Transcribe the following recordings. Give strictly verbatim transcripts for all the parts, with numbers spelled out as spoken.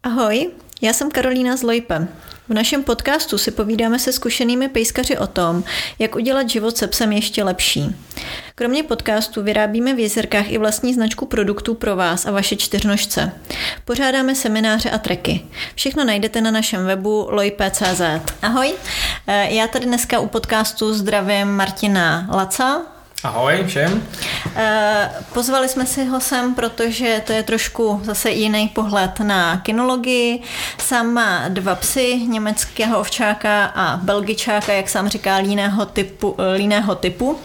Ahoj, já jsem Karolína z Lojpe. V našem podcastu si povídáme se zkušenými pejskaři o tom, jak udělat život se psem ještě lepší. Kromě podcastu vyrábíme v Jezerkách i vlastní značku produktů pro vás a vaše čtyřnožce. Pořádáme semináře a treky. Všechno najdete na našem webu lojpe tečka cé zet. Ahoj, já tady dneska u podcastu zdravím Martina Laca. Ahoj všem. Pozvali jsme si ho sem, protože to je trošku zase jiný pohled na kynologii. Sám má dva psy, německého ovčáka a belgičáka, jak sám říká, líného typu. Líného typu.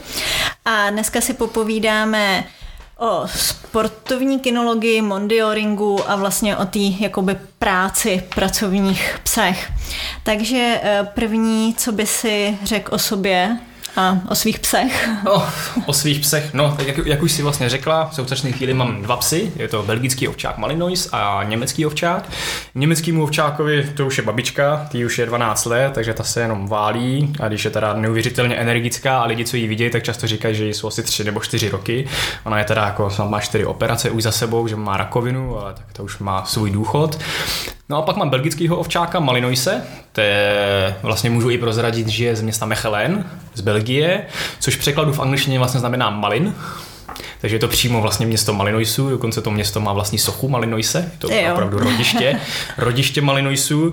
A dneska si popovídáme o sportovní kynologii, mondioringu a vlastně o té jakoby práci, pracovních psech. Takže první, co by si řekl o sobě a o svých psech. O, o svých psech, no, tak jak, jak už si vlastně řekla, v současné chvíli mám dva psy, je to belgický ovčák Malinois a německý ovčák. Německýmu ovčákovi to už je babička, ty už je dvanáct let, takže ta se jenom válí a když je teda neuvěřitelně energická a lidi, co jí vidějí, tak často říkají, že jsou asi tři nebo čtyři roky. Ona je teda jako, má čtyři operace už za sebou, že má rakovinu, ale tak to už má svůj důchod. No a pak mám belgického ovčáka Malinoise, to je, vlastně můžu i prozradit, že je z města Mechelen, z Belgie, což v překladu v angličtině vlastně znamená Malin. Takže je to přímo vlastně město Malinoisů, dokonce to město má vlastní sochu Malinoise, to je opravdu rodiště, rodiště Malinoisů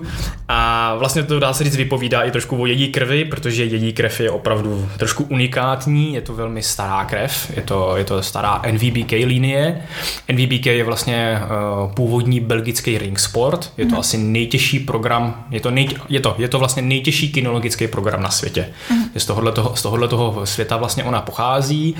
a vlastně to dá se říct vypovídá i trošku o její krvi, protože její krev je opravdu trošku unikátní, je to velmi stará krev, je to, je to stará N V B K linie. N V B K je vlastně uh, původní belgický ring sport, je to mm. asi nejtěžší program, je to, nej, je, to, je to vlastně nejtěžší kynologický program na světě. Mm. Z tohohle toho, z tohohle toho světa vlastně ona pochází.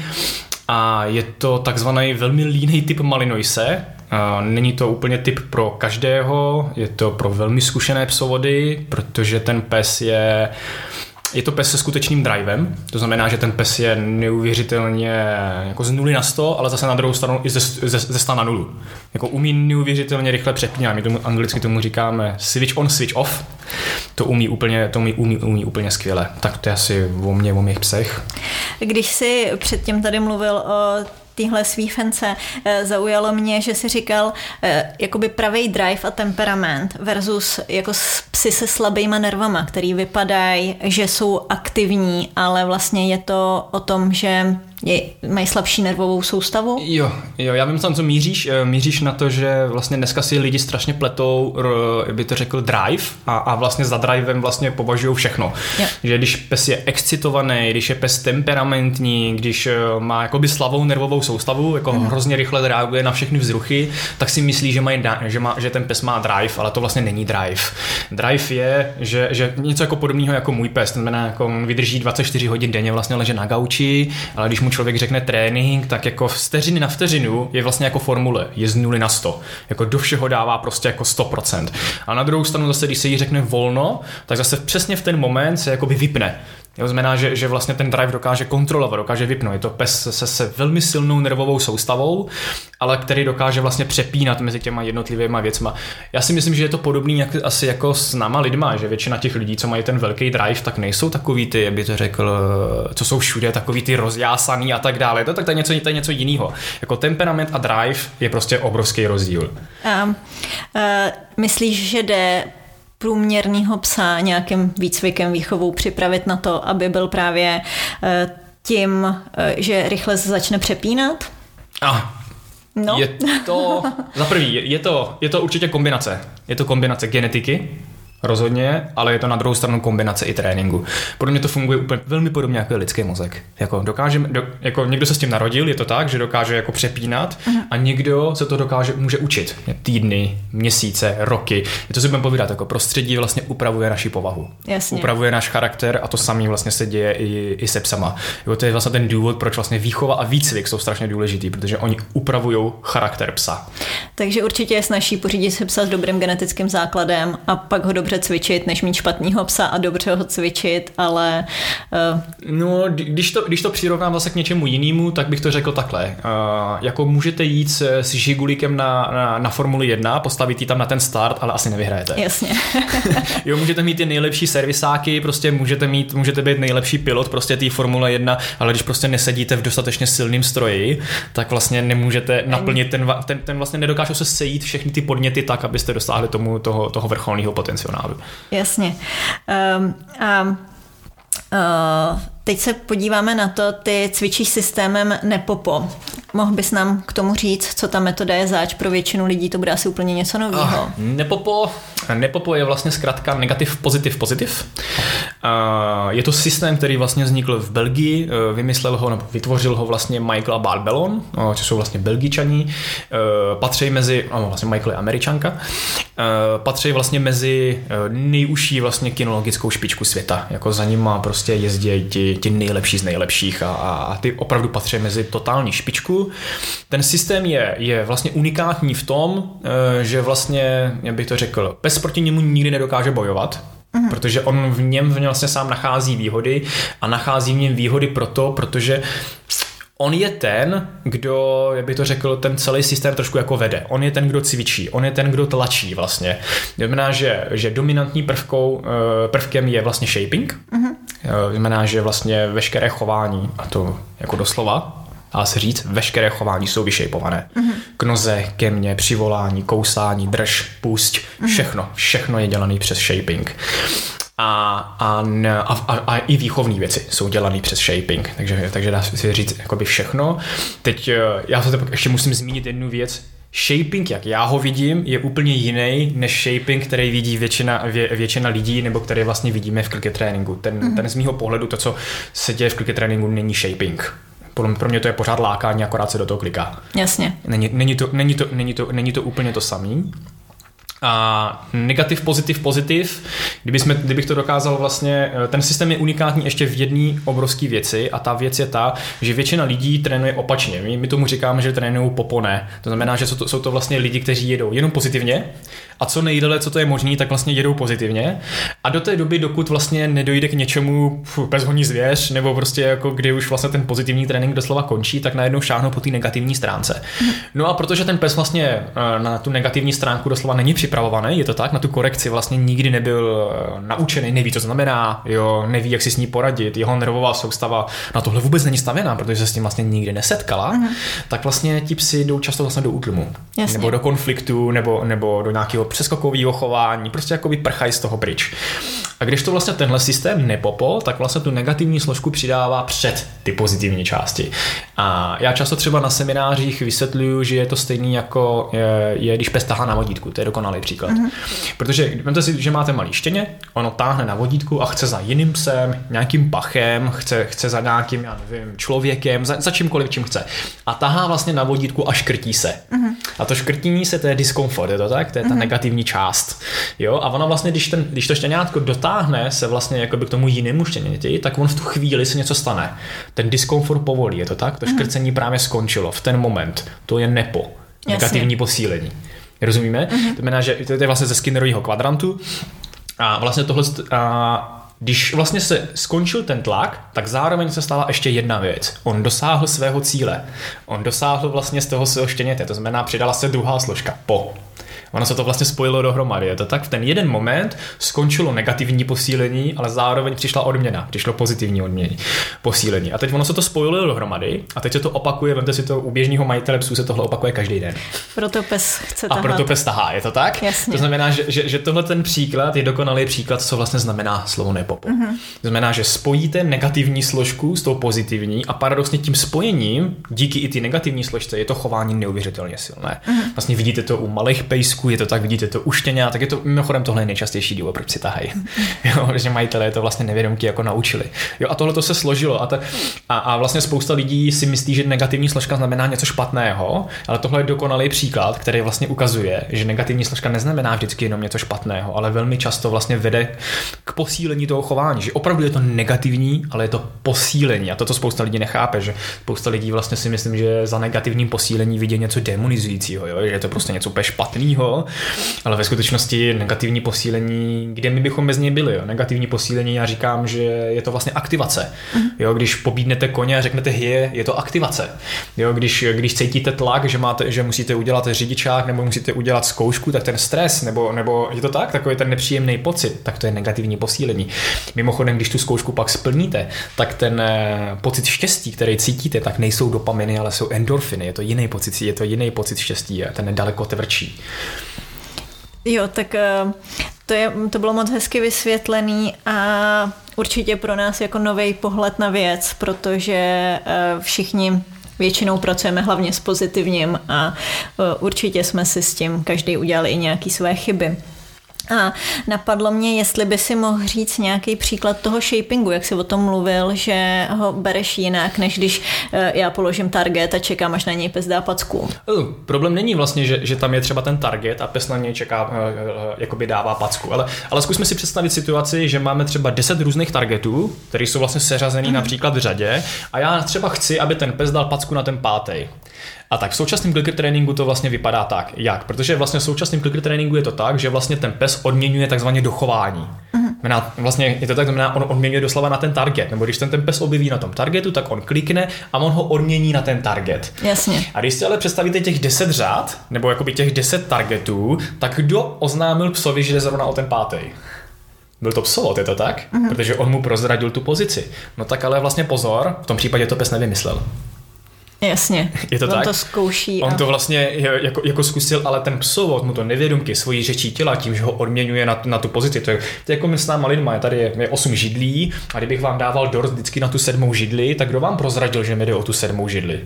A je to takzvaný velmi líný typ Malinoise. Není to úplně typ pro každého, je to pro velmi zkušené psovody, protože ten pes je... Je to pes se skutečným drivem, to znamená, že ten pes je neuvěřitelně jako z nuly na sto, ale zase na druhou stranu i ze, ze, ze sta na nulu. Jako umí neuvěřitelně rychle přepínat, my tomu anglicky tomu říkáme switch on, switch off. To umí úplně, to umí, umí, umí úplně skvěle. Tak to je asi o mě, o mých psech. Když jsi předtím tady mluvil o téhle svý fence, zaujalo mě, že jsi říkal jakoby pravej drive a temperament versus jako psy se slabýma nervama, který vypadají, že jsou aktivní, ale vlastně je to o tom, že je, mají slabší nervovou soustavu? Jo, jo, já vím, co míříš. Míříš na to, že vlastně dneska si lidi strašně pletou, by to řekl, drive a, a vlastně za drivem vlastně považují všechno. Jo. Že když pes je excitovaný, když je pes temperamentní, když má jakoby slabou nervovou soustavu, jako mm. hrozně rychle reaguje na všechny vzruchy, tak si myslí, že, mají, že, má, že ten pes má drive, ale to vlastně není drive. Drive je, že, že něco jako podobného jako můj pes, to znamená, jako on vydrží dvacet čtyři hodin denně vlastně leže na gauči, ale když mu člověk řekne trénink, tak jako vteřiny na vteřinu je vlastně jako formule, je z nuly na sto. Jako do všeho dává prostě jako sto procent. A na druhou stranu zase, když se jí řekne volno, tak zase přesně v ten moment se jakoby vypne. To znamená, že, že vlastně ten drive dokáže kontrolovat, dokáže vypnout. Je to pes se, se velmi silnou nervovou soustavou, ale který dokáže vlastně přepínat mezi těma jednotlivými věcma. Já si myslím, že je to podobný jak, asi jako s náma lidma, že většina těch lidí, co mají ten velký drive, tak nejsou takový ty, jak by to řekl, co jsou všude, takový ty rozjásaný a tak dále. To, tak to je něco, to je něco jiného. Jako temperament a drive je prostě obrovský rozdíl. Um, uh, myslíš, že jde průměrného psa nějakým výcvikem, výchovou připravit na to, aby byl právě tím, že rychle se začne přepínat? Ah, no. Je to, za prvý, je to, je to určitě kombinace. Je to kombinace genetiky, rozhodně, ale je to na druhou stranu kombinace i tréninku. Podle mě to funguje úplně velmi podobně jako lidský mozek. Jako, dokáže, do, jako někdo se s tím narodil, je to tak, že dokáže jako přepínat uh-huh. a někdo se to dokáže, může učit. Týdny, měsíce, roky. Je to si budeme povídat, jako prostředí vlastně upravuje naši povahu. Jasně. Upravuje náš charakter a to samé vlastně se děje i, i se psama. Jo, to je vlastně ten důvod, proč vlastně výchova a výcvik jsou strašně důležitý, protože oni upravují charakter psa. Takže určitě je snaží pořídit si psa s dobrým genetickým základem a pak ho dobře cvičit, než mít špatného psa a dobře ho cvičit, ale... Uh... No, když to, když to přirovnám zase k něčemu jinému, tak bych to řekl takhle. Uh, jako můžete jít s, s Žigulíkem na, na, na Formuli jedna, postavit ji tam na ten start, ale asi nevyhrajete. Jasně. Jo, můžete mít ty nejlepší servisáky, prostě můžete mít, můžete být nejlepší pilot prostě té Formule jedna, ale když prostě nesedíte v dostatečně silném stroji, tak vlastně nemůžete naplnit ten, ten, ten vlastně nedokážou se sejít všechny ty podněty tak, abyste dosáhli tomu toho, toho vrcholného potenciálu. Jasně. Um, a uh, teď se podíváme na to, ty cvičíš systémem Nepopo. Mohl bys nám k tomu říct, co ta metoda je zač? Pro většinu lidí to bude asi úplně něco nového. Ah, Nepopo, Nepopo je vlastně zkrátka negativ, pozitiv, pozitiv. Uh, je to systém, který vlastně vznikl v Belgii, uh, vymyslel ho, nebo vytvořil ho vlastně Michael a Barbellon, uh, což jsou vlastně Belgičaní, uh, patří mezi, no, vlastně Michael je Američanka, uh, patří vlastně mezi uh, nejužší vlastně kinologickou špičku světa, jako za nima prostě jezdí ti, ti nejlepší z nejlepších a, a ty opravdu patří mezi totální špičku. Ten systém je, je vlastně unikátní v tom, uh, že vlastně, jak bych to řekl, pes proti němu nikdy nedokáže bojovat, mm. protože on v něm, v něm vlastně sám nachází výhody a nachází v něm výhody proto, protože on je ten, kdo, jak bych to řekl, ten celý systém trošku jako vede. On je ten, kdo cvičí, on je ten, kdo tlačí vlastně. Znamená, že, že dominantní prvkou, prvkem je vlastně shaping. Mm-hmm. Znamená, že vlastně veškeré chování, a to jako doslova, dá se říct, veškeré chování jsou vyšejpované. Mm-hmm. K noze, ke mně, přivolání, kousání, drž, pusť, mm-hmm. všechno. Všechno je dělané přes shaping. A, a, a, a, a i výchovní věci jsou dělané přes shaping, takže, takže dá se říct jakoby všechno. Teď já se ještě musím zmínit jednu věc. Shaping, jak já ho vidím, je úplně jiný než shaping, který vidí většina, vě, většina lidí, nebo který vlastně vidíme v cricket tréninku. Ten, mm-hmm. ten z mýho pohledu, to, co se děje v cricket tréninku, není shaping. Pro mě to je pořád lákání, akorát se do toho kliká. Jasně. Není, není, to, není, to, není, to, není to úplně to samý. A negativ, pozitiv, pozitiv, kdybychom, kdybych to dokázal vlastně, ten systém je unikátní ještě v jedné obrovské věci a ta věc je ta, že většina lidí trénuje opačně. My, my tomu říkáme, že trénují poponé. To znamená, že jsou to, jsou to vlastně lidi, kteří jedou jenom pozitivně a co nejdéle, co to je možné, tak vlastně jedou pozitivně a do té doby, dokud vlastně nedojde k něčemu bezhoní zvěř nebo prostě jako kdy už vlastně ten pozitivní trénink doslova končí, tak najednou šáhnou po té negativní stránce. No a protože ten pes vlastně na tu negativní stránku doslova není připravovaný, je to tak, na tu korekci vlastně nikdy nebyl naučený, neví, co to znamená, jo, neví, jak si s ní poradit, jeho nervová soustava na tohle vůbec není stavěná, protože se s tím vlastně nikdy nesetkala, mm-hmm. tak vlastně ti psi jdou často vlastně do útlumu. Jasně. Nebo do konfliktu, nebo, nebo do nějakého přeskokového chování, prostě jako vyprchají z toho pryč. A když to vlastně tenhle systém Nepopo, tak vlastně tu negativní složku přidává před ty pozitivní části. A já často třeba na seminářích vysvětluju, že je to stejný jako je, je když pes tahá na vodítku, to je dokonalý příklad. Mm-hmm. Protože vemte si, že máte malý štěně, ono táhne na vodítku a chce za jiným psem, nějakým pachem, chce, chce za nějakým, já nevím, člověkem, za, za čímkoliv, čím chce. A tahá vlastně na vodítku a škrtí se. Mm-hmm. A to škrtění se, to je diskomfort, je to tak? To je ta mm-hmm. negativní část. Jo? A ona vlastně, když, ten, když to štěňátko dotáhne se vlastně jakoby k tomu jinému štěněti, tak on v tu chvíli se něco stane. Ten diskomfort povolí, je to tak? To škrcení mm-hmm. právě skončilo v ten moment. To je nepo. Negativní Jasně. posílení. Rozumíme? Mm-hmm. To znamená, že to je vlastně ze Skinnerového kvadrantu a vlastně tohle a když vlastně se skončil ten tlak, tak zároveň se stala ještě jedna věc. On dosáhl svého cíle. On dosáhl vlastně z toho svého štěněte, to znamená přidala se druhá složka po. Ono se to vlastně spojilo dohromady. Je to tak, v ten jeden moment skončilo negativní posílení, ale zároveň přišla odměna, přišlo pozitivní odměny, posílení. A teď ono se to spojilo dohromady a teď se to opakuje, vemte si to, u běžného majitele psů se tohle opakuje každý den. Proto pes chce tahat. A proto pes tahá, je to tak? Jasně. To znamená, že, že, že tohle ten příklad je dokonalý příklad, co vlastně znamená slovo Nepopo. Mm-hmm. To znamená, že spojíte negativní složku s tou pozitivní a paradoxně tím spojením, díky i ty negativní složce, je to chování neuvěřitelně silné. Mm-hmm. Vlastně vidíte to u malých pejsků, je to tak, vidíte to u štěňat, tak je to mimochodem tohle je nejčastější důvod, proč si tahají. Jo, protože majitelé to vlastně nevědomky jako naučili. Jo, a tohle to se složilo a, ta, a, a vlastně spousta lidí si myslí, že negativní složka znamená něco špatného, ale tohle je dokonalý příklad, který vlastně ukazuje, že negativní složka neznamená vždycky jenom něco špatného, ale velmi často vlastně vede k posílení toho chování, že opravdu je to negativní, ale je to posílení. A toto spousta lidí nechápe, že spousta lidí vlastně si myslím, že za negativním posílení vidí něco demonizujícího, jo, že je to prostě něco úplně špatného. pozitivního, ale ve skutečnosti negativní posílení, kde my bychom bez něj byli, jo? Negativní posílení, já říkám, že je to vlastně aktivace. Jo? Když pobídnete koně a řeknete je, je to aktivace. Jo? Když, když cítíte tlak, že, máte, že musíte udělat řidičák nebo musíte udělat zkoušku, tak ten stres, nebo, nebo je to tak, takový ten nepříjemný pocit, tak to je negativní posílení. Mimochodem, když tu zkoušku pak splníte, tak ten pocit štěstí, který cítíte, tak nejsou dopaminy, ale jsou endorfiny. Je to jiný pocit, je to jiný pocit štěstí a ten je daleko tvrdší. Jo, tak to, je, to bylo moc hezky vysvětlený a určitě pro nás jako nový pohled na věc, protože všichni většinou pracujeme hlavně s pozitivním a určitě jsme si s tím každý udělali i nějaké své chyby. A napadlo mě, jestli by si mohl říct nějaký příklad toho shapingu, jak jsi o tom mluvil, že ho bereš jinak, než když já položím target a čekám, až na něj pes dá packu. Problém není vlastně, že, že tam je třeba ten target a pes na něj čeká, jakoby dává packu, ale, ale zkusme si představit situaci, že máme třeba deset různých targetů, které jsou vlastně seřazený mm. například v řadě a já třeba chci, aby ten pes dal packu na ten pátý. A tak v současném clicker tréninku to vlastně vypadá tak. Jak? Protože vlastně v současném clicker tréninku je to tak, že vlastně ten pes odměňuje takzvaně dochování. Mm. Vlastně je to tak, znamená, on odměňuje doslova na ten target. Nebo když ten, ten pes objeví na tom targetu, tak on klikne a on ho odmění na ten target. Jasně. A když si ale představíte těch deset řád, nebo jakoby těch deset targetů, tak kdo oznámil psovi, že jde zrovna o ten pátý? Byl to psovod, je to tak? Mm. Protože on mu prozradil tu pozici. No tak ale vlastně pozor, v tom případě to pes nevymyslel. Jasně, je to on tak? to zkouší. On a... to vlastně jako, jako zkusil, ale ten psovod mu to nevědomky svojí řečí těla tím, že ho odměňuje na, na tu pozici. To je, to je jako my s náma lidma, tady je, je osm židlí a kdybych vám dával dort vždycky na tu sedmou židli, tak kdo vám prozradil, že mi jde o tu sedmou židli?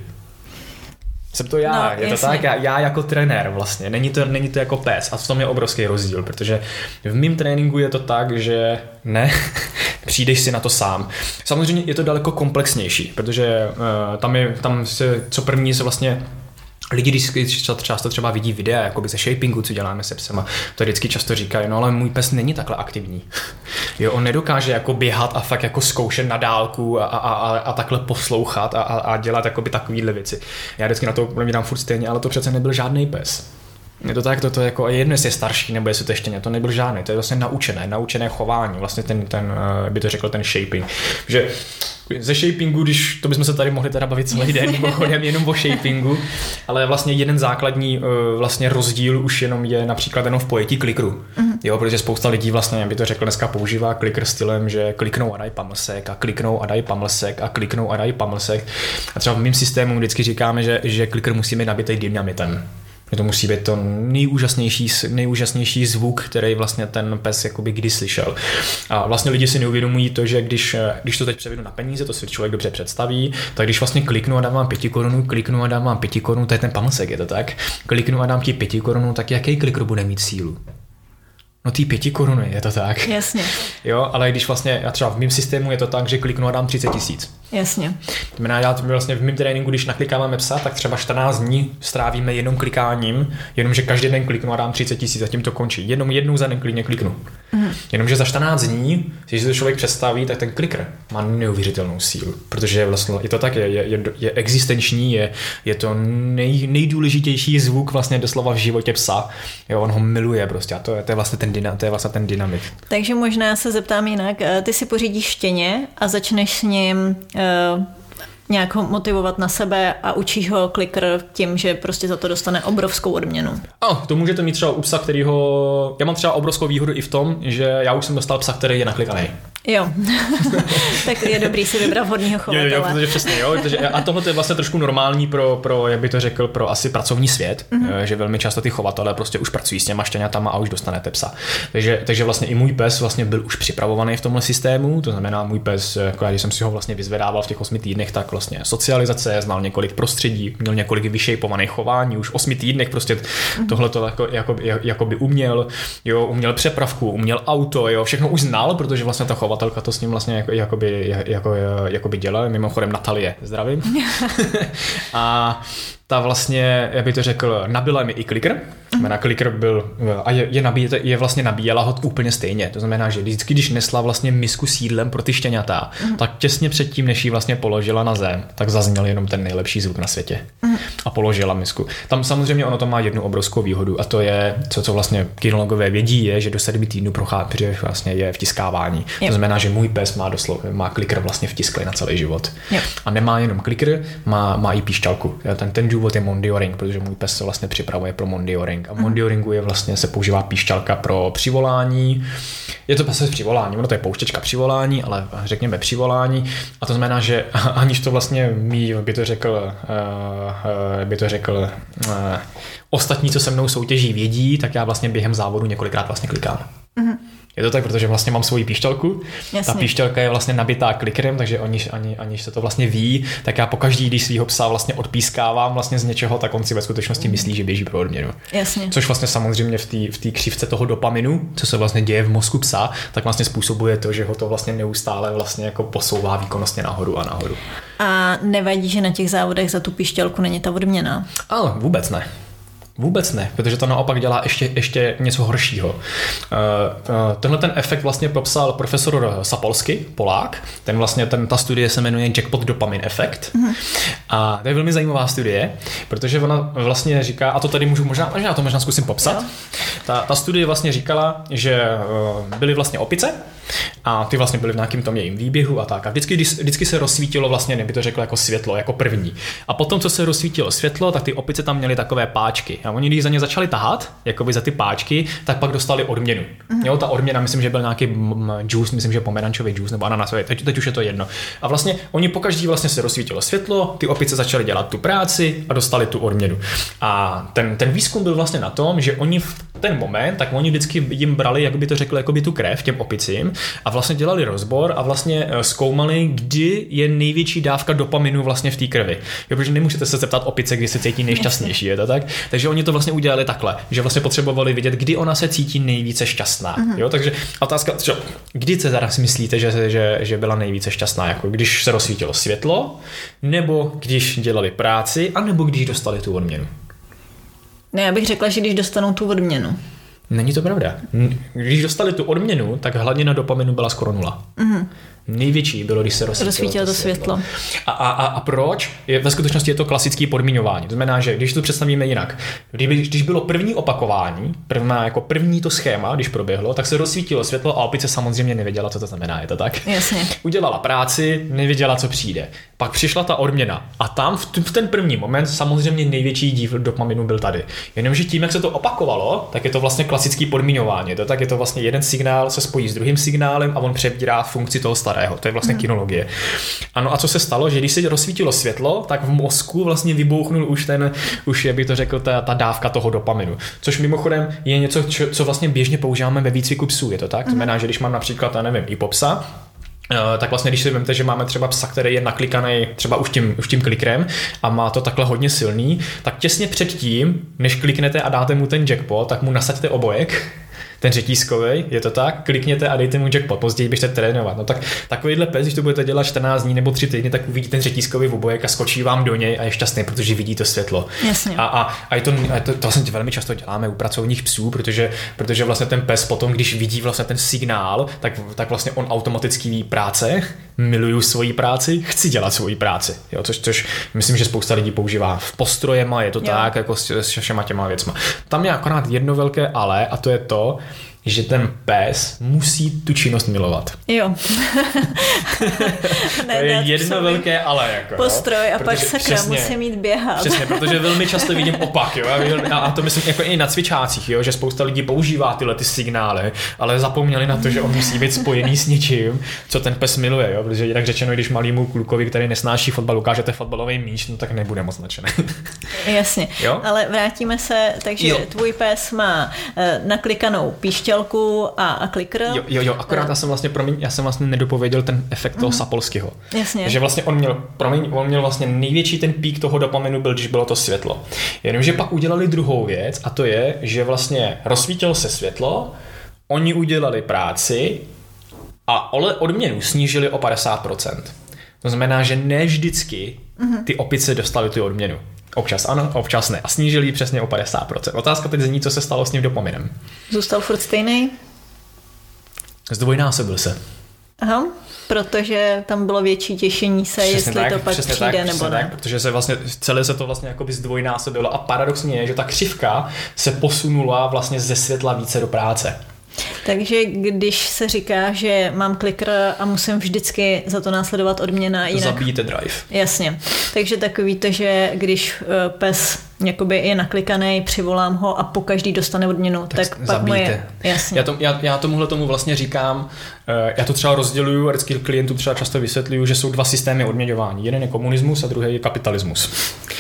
Jsem to já, no, je to jasně. Tak, já, já jako trenér vlastně, není to, není to jako pes a v tom je obrovský rozdíl, protože v mém tréninku je to tak, že ne, přijdeš si na to sám. Samozřejmě je to daleko komplexnější, protože uh, tam je, tam se, co první se vlastně lidi, když často třeba vidí videa jakoby ze shapingu, co děláme se psema, to vždycky často říkají, no ale můj pes není takhle aktivní. Jo, on nedokáže jako běhat a fakt jako zkoušet na dálku a, a, a, a takhle poslouchat a, a dělat jakoby takovýhle věci. Já vždycky na to dám furt stejně, ale to přece nebyl žádný pes. Je to tak, to, to jako jedno, jestli je starší, nebo jestli to ještě ne, to nebyl žádný, to je vlastně naučené, naučené chování, vlastně ten, ten by to řekl ten shaping. Že ze shapingu, když to bychom se tady mohli teda bavit celý den, mimochodem jenom o shapingu, ale vlastně jeden základní vlastně rozdíl už jenom je například jenom v pojetí klikru. Mm-hmm. Jo, protože spousta lidí vlastně, by to řekl dneska, používá klikr stylem, že kliknou a dají pamlsek a kliknou a dají pamlsek a kliknou a dají pamlsek. A třeba v mém systému vždycky říkáme, že, že klikr musí být nabitý dynamitem. To musí být to nejúžasnější, nejúžasnější zvuk, který vlastně ten pes jakoby kdy slyšel. A vlastně lidi si neuvědomují to, že když, když to teď převedu na peníze, to si člověk dobře představí, tak když vlastně kliknu a dám vám pěti korunů, kliknu a dám vám pěti korunů, to je ten pamlsek, je to tak? Kliknu a dám ti pěti korunů, tak jaký klikr bude mít sílu? No ty pěti koruny, je to tak? Jasně. Jo, ale když vlastně, já třeba v mém systému je to tak, že kliknu a dám třicet tisíc. Jasně. To znamená, já vlastně v mém tréninku, když naklikáváme psa, tak třeba čtrnáct dní strávíme jenom klikáním, jenomže každý den kliknu a dám třicet tisíc a tím to končí. Jenom jednou za den klidně kliknu. Mm. Jenomže za čtrnáct dní, když si to člověk představí, tak ten klikr má neuvěřitelnou sílu, protože vlastně je to tak, je, je, je existenční, je, je to nej, nejdůležitější zvuk vlastně doslova v životě psa. Jo, on ho miluje prostě a to je, to je vlastně ten to je vlastně ten dynamik. Takže možná se zeptám jinak. Ty si pořídíš štěně a začneš s ním uh, nějak ho motivovat na sebe a učíš ho klikr tím, že prostě za to dostane obrovskou odměnu. A to můžete mít třeba u psa, kterýho... Já mám třeba obrovskou výhodu i v tom, že já už jsem dostal psa, který je naklikaný. Jo, tak je dobrý si vybrat vhodného chovatele. Jo, jo, protože přesně, jo, protože, a tohle je vlastně trošku normální pro, pro, jak by to řekl, pro asi pracovní svět, mm-hmm. že velmi často ty chovatelé prostě už pracují s těma štěňatama a už dostanete psa. Takže, takže vlastně i můj pes vlastně byl už připravovaný v tomhle systému, to znamená můj pes, jako já, když jsem si ho vlastně vyzvedával v těch osmi týdnech, tak vlastně socializace, znal několik prostředí, měl několik vyšejpovaných chování, už v osmi týdnech prostě mm-hmm. tohleto jako, jako, jako by uměl, jo, uměl přepravku, uměl auto, jo, všechno už znal, protože vlastně ta chovatelka to s ním vlastně jako, jakoby, jako, jakoby dělala, mimochodem Natalie, zdravím. A ta vlastně, jak by to řekl, nabila mi i klikr znamená, klikr byl a je, je, nabíje, je vlastně nabíjela ho úplně stejně. To znamená, že vždycky, když nesla vlastně misku s jídlem pro ty štěňata, mm. tak těsně předtím, než ji vlastně položila na zem, tak zazněl jenom ten nejlepší zvuk na světě. Mm. A položila misku. Tam samozřejmě ono to má jednu obrovskou výhodu a to je, co, co vlastně kynologové vědí, je, že do sedmi týdnů prochází vlastně je vtiskávání. Yep. To znamená, že můj pes má doslova, má klikr vlastně vtisklý na celý život. Yep. A nemá jenom klikr, má, má i píšťalku. Ten, ten důvod je mondioring, protože můj pes se vlastně připravuje pro mondioring. A v mondioringu je vlastně se používá píšťalka pro přivolání. Je to pes přivolání, ono to je pouštěčka přivolání, ale řekněme přivolání. A to znamená, že aniž to vlastně mý, by to řekl, by to řekl ostatní, co se mnou soutěží, vědí, tak já vlastně během závodu několikrát vlastně klikám. Mm-hmm. Je to tak, protože vlastně mám svoji píšťalku. Jasně. Ta píšťalka je vlastně nabitá klikrem, takže aniž, ani, aniž se to vlastně ví, tak já pokaždý, když svýho psa vlastně odpískávám vlastně z něčeho, tak on si ve skutečnosti myslí, že běží pro odměnu. Jasně. Což vlastně samozřejmě v té v té křivce toho dopaminu, co se vlastně děje v mozku psa, tak vlastně způsobuje to, že ho to vlastně neustále vlastně jako posouvá výkonnostně nahoru a nahoru. A nevadí, že na těch závodech za tu píšťalku není ta odměna? Ale vůbec ne. Vůbec ne, protože to naopak dělá ještě, ještě něco horšího. Uh, uh, tenhle ten efekt vlastně popsal profesor Sapolsky, Polák. Ten vlastně, ten, ta studie se jmenuje Jackpot Dopamine Effect. Mm. A to je velmi zajímavá studie, protože ona vlastně říká, a to tady můžu možná, možná to možná zkusím popsat. Ta, ta studie vlastně říkala, že uh, byly vlastně opice a ty vlastně byly v nějakém tom jejím výběhu a tak. A vždycky, vždycky se rozsvítilo vlastně, neby to řekl jako světlo, jako první. A potom, co se rozsvítilo světlo, tak ty opice tam měly takové páčky. A oni, když za ně začali tahat, jakoby za ty páčky, tak pak dostali odměnu. Mm-hmm. Jo, ta odměna, myslím, že byl nějaký juice, myslím, že pomerančový juice nebo ananasový, teď, teď už je to jedno. A vlastně oni pokaždý vlastně se rozsvítilo světlo, ty opice začaly dělat tu práci a dostali tu odměnu. A ten, ten výzkum byl vlastně na tom, že oni v ten moment, tak oni vždycky jim brali, jak by to řekl, jakoby tu krev těm opicím a vlastně dělali rozbor a vlastně zkoumali, kdy je největší dávka dopaminu vlastně v té krvi. Jo, protože nemůžete se zeptat opice, kdy se cítí nejšťastnější, je to tak? Takže oni to vlastně udělali takhle, že vlastně potřebovali vidět, kdy ona se cítí nejvíce šťastná. Mm-hmm. Jo, takže otázka, čo, kdy se zaraz myslíte, že, že, že byla nejvíce šťastná, jako když se rozsvítilo světlo, nebo když dělali práci, anebo když dostali tu odměnu? Ne, já bych řekla, že když dostanou tu odměnu. Není to pravda. Když dostali tu odměnu, tak hladina dopaminu byla skoro nula. Mm-hmm. Největší bylo, když se rozsvítilo, rozsvítilo to světlo. světlo. A, a, a proč? Je, ve skutečnosti je to klasické podmiňování. To znamená, že když to představíme jinak, když, když bylo první opakování, prvná, jako první to schéma, když proběhlo, tak se rozsvítilo světlo a opice samozřejmě nevěděla, co to znamená. Je to tak? Jasně. Udělala práci, nevěděla, co přijde. Pak přišla ta odměna a tam v, t- v ten první moment samozřejmě největší díl dopaminu byl tady. Jenomže tím, jak se to opakovalo, tak je to vlastně klasický podmiňování. To tak je to vlastně jeden signál se spojí s druhým signálem a on přebírá funkci toho starého. To je vlastně mm. kinologie. Ano, a co se stalo, že když se rozsvítilo světlo, tak v mozku vlastně vybouchnul už ten, už je by to řekl, ta, ta dávka toho dopaminu. Což mimochodem je něco, čo, co vlastně běžně používáme ve výcviku psů, je to tak? Mm. To znamená, že když mám například, já nevím, i popsa, tak vlastně když si vemte, že máme třeba psa, který je naklikaný třeba už tím, už tím klikrem a má to takhle hodně silný, tak těsně předtím, než kliknete a dáte mu ten jackpot, tak mu nasaďte obojek, ten řetízkovej, je to tak, klikněte a dejte mu jackpot, později běžte trénovat. No tak takovýhle pes, když to budete dělat čtrnáct dní nebo tři týdny, tak uvidí ten řetízkový obojek a skočí vám do něj a je šťastný, protože vidí to světlo. Jasně. A, a, a je to, a to, to vlastně velmi často děláme u pracovních psů, protože, protože vlastně ten pes potom, když vidí vlastně ten signál, tak, tak vlastně on automaticky ví práce, miluju svoji práci, chci dělat svoji práci. Jo, což, což myslím, že spousta lidí používá v postrojema, je to jo. tak, jako s, s všema těma věcma. Tam je akorát jedno velké ale a to je to, že ten pes musí tu činnost milovat. Jo. To je jedno velké ale. Jako, postroj a protože, pak sakra přesně, musí mít běhat. Přesně, protože velmi často vidím opak. Jo? A to myslím jako i na cvičácích, jo? Že spousta lidí používá tyhle ty signály, ale zapomněli na to, že on musí být spojený s něčím, co ten pes miluje. Jo? Protože jinak řečeno, když malýmu klukovi, který nesnáší fotbal, ukážete fotbalový míč, no tak nebude moc nadšený. Jasně, jo? Ale vrátíme se, takže jo. Tvůj pes má uh, naklikanou píšťalku a, a klikr. Jo, jo, jo, akorát já jsem vlastně, promiň, já jsem vlastně nedopověděl ten efekt toho mm. Sapolskyho. Jasně. Že vlastně on měl, promiň, on měl vlastně největší ten pík toho dopaminu byl, když bylo to světlo. Jenomže pak udělali druhou věc a to je, že vlastně rozsvítilo se světlo, oni udělali práci a odměnu snížili o padesát procent. To znamená, že ne vždycky ty opice dostaly tu odměnu. Občas ano, občas ne. A snížili ji přesně o padesát procent. Otázka teď zní, co se stalo s tím dopaminem. Zůstal furt stejný? Zdvojnásobil se. Aha, protože tam bylo větší těšení se, přesně jestli tak, to pak přijde tak, nebo ne. Tak, protože se vlastně, celé se to vlastně jakoby zdvojnásobilo a paradoxně je, že ta křivka se posunula vlastně ze světla více do práce. Takže když se říká, že mám klikr a musím vždycky za to následovat odměna, jinak... Zabíjíte drive. Jasně. Takže takový to, že když pes jakoby je naklikaný, přivolám ho a po každý dostane odměnu, tak, tak pak mu je... Jasně. Já, to, já, já tomuhle tomu vlastně říkám, já to třeba rozděluju a vždycky klientům třeba často vysvětluju, že jsou dva systémy odměňování. Jeden je komunismus a druhý je kapitalismus.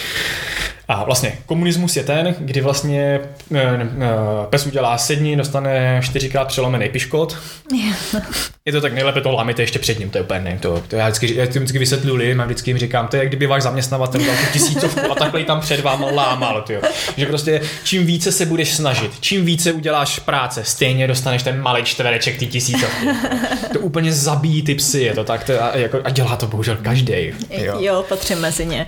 A vlastně komunismus je ten, kdy vlastně pes udělá sedni, dostane čtyřikrát přelomený piškot. Je to tak nejlépe to lámete ještě před ním, to je úplně ne, to, to já vždycky, já vždycky vysvětluji lidem a vždycky jim říkám, to je jak kdyby váš zaměstnavatel dal tu tisícovku a takhle tam před váma lámal, tyjo. Že prostě čím více se budeš snažit, čím více uděláš práce, stejně dostaneš ten malý čtvereček ty tisícovky. To úplně zabíjí ty psy, je to tak, to, a, jako, a dělá to bohužel každej. Jo, jo patřím mezi ně.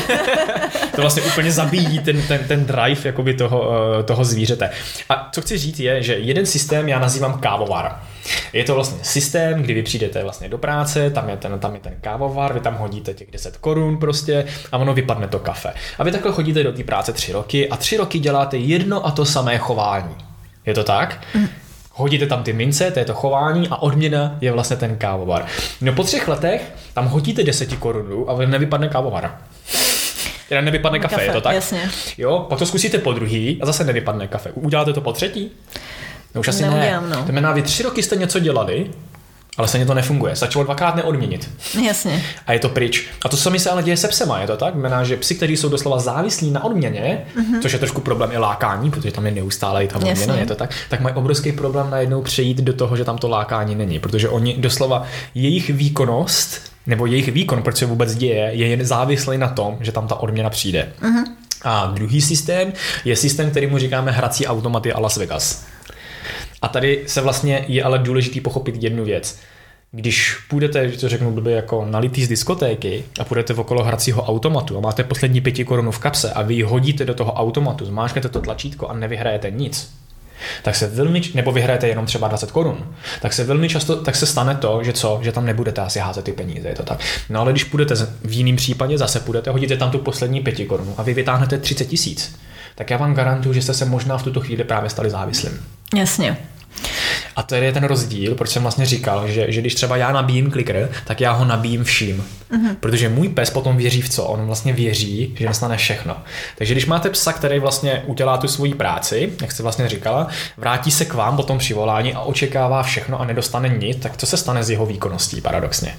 To vlastně úplně zabíjí ten, ten, ten drive jakoby toho, toho zvířete. A co chci říct je, že jeden systém já nazývám kávovar. Je to vlastně systém, kdy vy přijdete vlastně do práce, tam je ten, tam je ten kávovar, vy tam hodíte těch deset korun prostě a ono vypadne to kafe. A vy takhle chodíte do té práce tři roky a tři roky děláte jedno a to samé chování. Je to tak? Mm. Hodíte tam ty mince, to je to chování a odměna je vlastně ten kávovar. No po třech letech tam hodíte deset korun a nevypadne kávovar. Teda nevypadne kafe, kafe, je to tak? Jasně. Jo, pak to zkusíte po druhý a zase nevypadne kafe. Uděláte to po třetí? No už asi Neudělám, ne. no. To znamená, vy tři roky jste něco dělali, ale stejně to nefunguje. Stačilo dvakrát neodměnit. Jasně. A je to pryč. A to sami se ale děje se psema, je to tak? Znamená, že psi, kteří jsou doslova závislí na odměně, mm-hmm. což je trošku problém i lákání, protože tam je neustále i ta odměna, je to tak? Tak mají obrovský problém najednou přejít do toho, že tam to lákání není, protože oni doslova jejich výkonnost nebo jejich výkon, proč se vůbec děje, je jen závislý na tom, že tam ta odměna přijde. Mm-hmm. A druhý systém je systém, který mu říkáme hrací automaty a Las Vegas. A tady se vlastně je ale důležitý pochopit jednu věc. Když půjdete, to řeknu blbě, jako nalitý z diskotéky a půjdete okolo hracího automatu a máte poslední pěti korunu v kapse a vy ji hodíte do toho automatu, zmáčknete to tlačítko a nevyhrajete nic, tak se velmi, nebo vyhrajete jenom třeba dvacet korun, tak se velmi často tak se stane to, že co, že tam nebudete asi házet ty peníze, je to tak. No ale když půjdete v jiném případě, zase půjdete, hodíte tam tu poslední pěti korunu a vy vytáhnete třicet tisíc, tak já vám garantuju, že jste se možná v tuto chvíli právě stali závislým. Jasně. A to je ten rozdíl, proč jsem vlastně říkal, že, že když třeba já nabíjím klikr, tak já ho nabíjím vším. Mm-hmm. Protože můj pes potom věří v co? On vlastně věří, že dostane všechno. Takže když máte psa, který vlastně udělá tu svoji práci, jak jste vlastně říkala, vrátí se k vám po tom přivolání a očekává všechno a nedostane nic, tak co se stane s jeho výkonností paradoxně?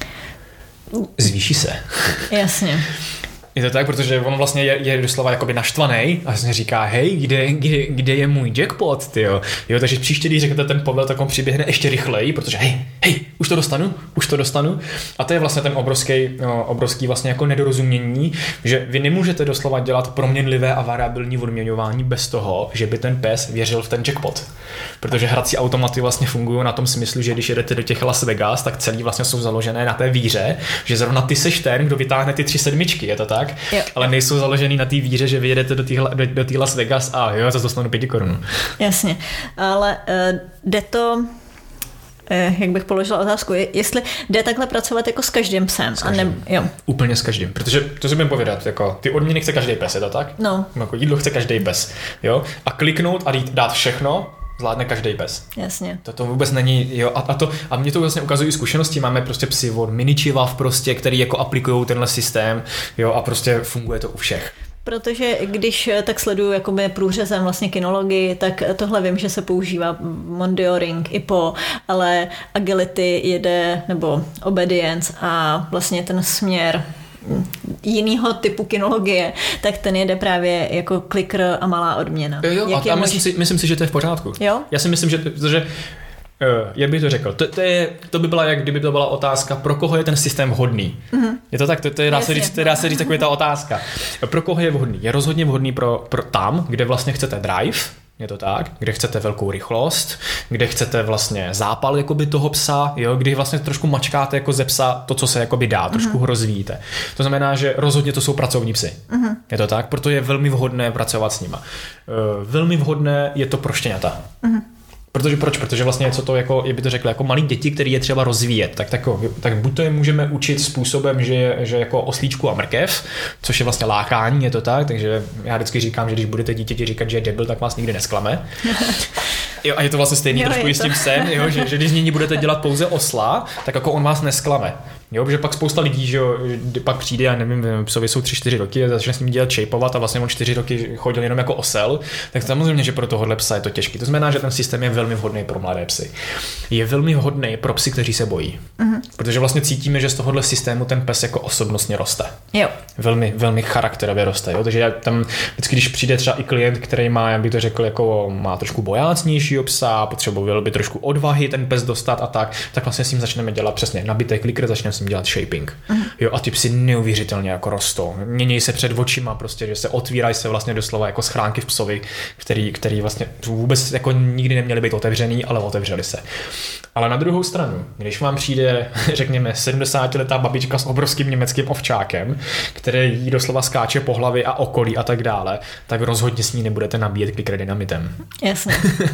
Zvýší se. Jasně. Je to tak, protože on vlastně je, je doslova jakoby naštvaný a vlastně říká, hej, kde, kde, kde je můj jackpot, tyjo. Jo, takže příště, když řeknete ten povel, tak on přiběhne ještě rychleji, protože hej, hej, už to dostanu, už to dostanu. A to je vlastně ten obrovský, no, obrovský vlastně jako nedorozumění, že vy nemůžete doslova dělat proměnlivé a variabilní odměňování bez toho, že by ten pes věřil v ten jackpot. Protože hrací automaty vlastně fungují na tom smyslu, že když jedete do těch Las Vegas, tak celý vlastně jsou založené na té víře, že zrovna ty seš ten, kdo vytáhne ty tři sedmičky, je to tak? Jo. Ale nejsou založený na té víře, že vyjedete do té do, do tý Las Vegas a jo, to dostanu pěti korun. Jasně, ale uh, jde to, uh, jak bych položila otázku, jestli jde takhle pracovat jako s každým psem. S každým. A ne, jo. Úplně s každým, protože to si budeme povědat, jako ty odměny chce každý pes, je to tak? No. Jako jídlo chce každý pes, jo? A kliknout a dát všechno, zvládne každý pes. Jasně. To, to vůbec není, jo, a, a, to, a mě to vlastně ukazují zkušenosti, máme prostě psy od miničivav prostě, který jako aplikují tenhle systém, jo, a prostě funguje to u všech. Protože když tak sleduju jakoby průřezem vlastně kinologii, tak tohle vím, že se používá Mondioring, I P O, ale agility jede, nebo obedience a vlastně ten směr jinýho typu kinologie, tak ten jede právě jako klikr a malá odměna. Jo, jo a, a myslím, si, myslím si, že to je v pořádku. Jo? Já si myslím, že, že Uh, jak bych to řekl, to, to, je, to by byla, jak kdyby to byla otázka, pro koho je ten systém vhodný. Mm-hmm. Je to tak, to, to je, dá se říct, to dá se říct taková ta otázka. Pro koho je vhodný? Je rozhodně vhodný pro, pro tam, kde vlastně chcete drive, je to tak, kde chcete velkou rychlost, kde chcete vlastně zápal jakoby toho psa, jo, kdy vlastně trošku mačkáte jako ze psa to, co se jakoby dá, trošku ho rozvíjíte. To znamená, že rozhodně to jsou pracovní psy. Uh-huh. Je to tak, proto je velmi vhodné pracovat s nima. Uh, velmi vhodné je to pro štěňata. Uh-huh. Protože proč? Protože vlastně něco to jako, je by to řekl, jako malí děti, který je třeba rozvíjet, tak, tak, tak buď to je můžeme učit způsobem, že, že jako oslíčku a mrkev, což je vlastně lákání, je to tak, takže já vždycky říkám, že když budete dítěti říkat, že je debil, tak vás nikdy nesklame. Jo, a je to vlastně stejný jo, trošku i s tím psem, jo, že, že když z ní budete dělat pouze osla, tak jako on vás nesklame. Jo, protože pak spousta lidí, že jo, pak přijde, já nevím, psovi jsou tři čtyři roky a začne s ním dělat shapeovat a vlastně on čtyři roky chodil jenom jako osel, tak samozřejmě, že pro tohohle psa je to těžký. To znamená, že ten systém je velmi vhodný pro mladé psy. Je velmi vhodný pro psy, kteří se bojí. Uh-huh. Protože vlastně cítíme, že z tohohle systému ten pes jako osobnostně roste. Jo. Velmi, velmi charakterově roste. Jo? Takže tam vždycky, když přijde třeba i klient, který má, jak by to řekl, jako má trošku bojácnějšího psa, potřeboval by trošku odvahy ten pes dostat a tak, tak vlastně s ním začneme dělat přesně nabitý kliker, začneme s ním dělat shaping. Uh-huh. Jo, a ty psy neuvěřitelně jako rostou. Mění se před očima, prostě, že se otvírají se vlastně doslova jako schránky v psovi, který, který vlastně vůbec jako nikdy neměly být otevřený, ale otevřeli se. Ale na druhou stranu, když vám přijde, řekněme, sedmdesátiletá babička s obrovským německým ovčákem, který jí doslova skáče po hlavě a okolí a tak dále, tak rozhodně s ní nebudete nabíjet kliker dynamitem. Jasně.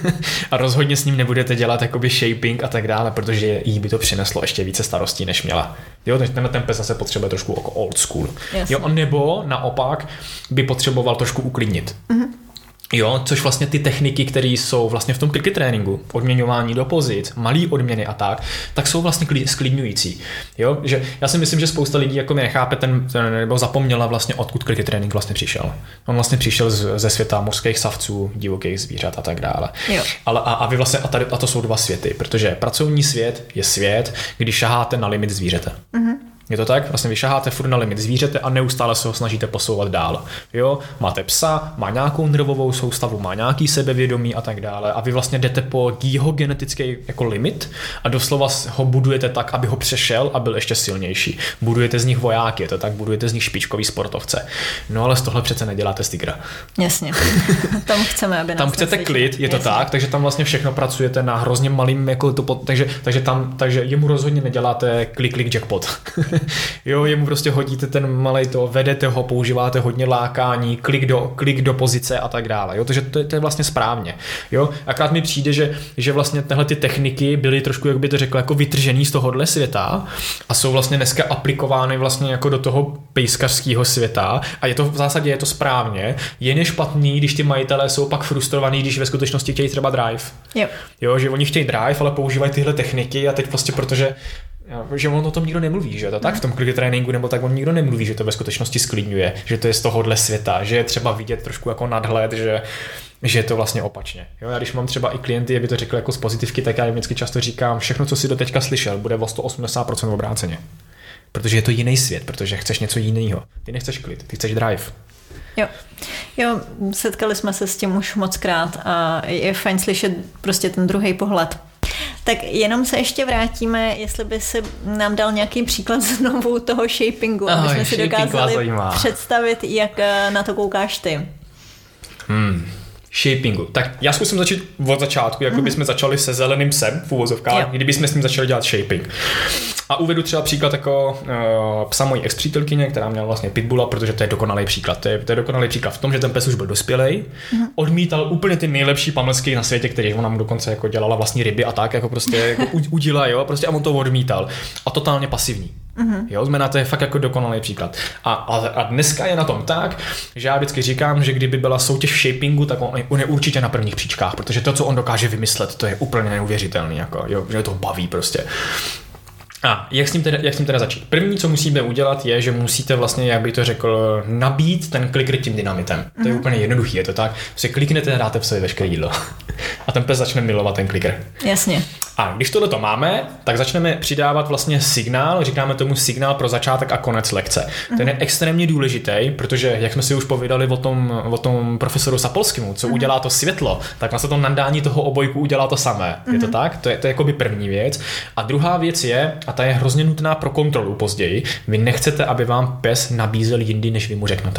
A rozhodně s ním nebudete dělat jakoby shaping a tak dále, protože jí by to přineslo ještě více starostí, než měla. Jo, tenhle ten pes zase potřebuje trošku jako old school. Jasně. Jo, nebo naopak by potřeboval trošku uklidnit. Mhm. Jo, což vlastně ty techniky, které jsou vlastně v tom clicker tréninku, odměňování do pozic, malý odměny a tak, tak jsou vlastně sklidňující. Jo, že já si myslím, že spousta lidí jako nechápe ten, ten nebo zapomněla vlastně, odkud clicker trénink vlastně přišel. On vlastně přišel z, ze světa mořských savců, divokých zvířat a tak dále. Jo. Ale a, a vy vlastně a, tady, a to jsou dva světy, protože pracovní svět je svět, kdy šaháte na limit zvířete. Mhm. Je to tak? Vlastně vy šaháte furt na limit zvířete a neustále se ho snažíte posouvat dál. Jo? Máte psa, má nějakou nervovou soustavu, má nějaký sebevědomí a tak dále a vy vlastně jdete po jeho genetický jako limit a doslova ho budujete tak, aby ho přešel a byl ještě silnější. Budujete z nich vojáky, je to tak? Budujete z nich špičkový sportovce. No ale z tohle přece neděláte z tygra. Jasně. Tam chceme, aby nás tam chcete klid, je to Jasně. tak, takže tam vlastně všechno pracujete na hrozně malým jako to, takže, takže tam, takže jemu rozhodně neděláte klik, klik, jackpot. Jo, jemu prostě hodíte ten malej to, vedete ho, používáte hodně lákání, klik do, klik do pozice a tak dále. Jo, takže to je, to je vlastně správně. Jo, akorát mi přijde, že, že vlastně tyhle ty techniky byly trošku, jak by to řekl, jako vytržený z tohohle světa a jsou vlastně dneska aplikovány vlastně jako do toho pejskařského světa a je to v zásadě je to správně. Je nešpatný, když ty majitelé jsou pak frustrovaní, když ve skutečnosti chtějí třeba drive. Jo. Jo, že oni chtějí drive, ale používají tyhle techniky a teď prostě protože že on o tom nikdo nemluví, že to tak v tom clicker tréninku, nebo tak on nikdo nemluví, že to ve skutečnosti sklidňuje, že to je z tohohle světa, že je třeba vidět trošku jako nadhled, že, že je to vlastně opačně. Jo, já když mám třeba i klienty, aby to řekl jako z pozitivky, tak já jim vždycky často říkám, všechno, co si do teďka slyšel, bude o sto osmdesát procent obráceně. Protože je to jiný svět, protože chceš něco jiného. Ty nechceš klid, ty chceš drive. Jo. jo, setkali jsme se s tím už moc krát a je fajn slyšet prostě ten druhý pohled. Tak jenom se ještě vrátíme, jestli by si nám dal nějaký příklad znovu toho shapingu, aby jsme si dokázali představit, jak na to koukáš ty. Hmm. Shapingu. Tak já zkusím začít od začátku, jako mm-hmm. bychom začali se zeleným psem v uvozovkách, kdyby jsme s ním začali dělat shaping. A uvedu třeba příklad jako uh, psa mojí ex-přítelkyně, která měla vlastně pitbulla, protože to je dokonalý příklad. To je, to je dokonalý příklad v tom, že ten pes už byl dospělej, mm-hmm. odmítal úplně ty nejlepší pamlsky na světě, který ona mu dokonce jako dělala vlastní ryby a tak, jako prostě jako udila, jo, prostě a on to odmítal. A totálně pasivní. Mm-hmm. Jo, znamená, to je fakt jako dokonalý příklad. A, a, a dneska je na tom tak, že já vždycky říkám, že kdyby byla soutěž v shapingu, tak on, on je určitě na prvních příčkách, protože to, co on dokáže vymyslet, to je úplně neuvěřitelný, jako, jo, že to baví prostě. A jak s, ním teda, jak s ním teda začít? První, co musíme udělat, je, že musíte vlastně, jak by to řekl, nabít ten kliker tím dynamitem. Mm-hmm. To je úplně jednoduchý, je to tak. Prostě kliknete a dáte v sobě veškeré jídlo. A ten pes začne milovat ten kliker. Jasně. A když tohle to máme, tak začneme přidávat vlastně signál, říkáme tomu signál pro začátek a konec lekce. Mm-hmm. Ten je extrémně důležitý, protože jak jsme si už povídali o tom, o tom profesoru Sapolskému, co mm-hmm. udělá to světlo, tak vlastně to nadání toho obojku udělá to samé. Mm-hmm. Je to tak? To je, to je jakoby první věc. A druhá věc je, a ta je hrozně nutná pro kontrolu později, vy nechcete, aby vám pes nabízel jindy, než vy mu řeknete.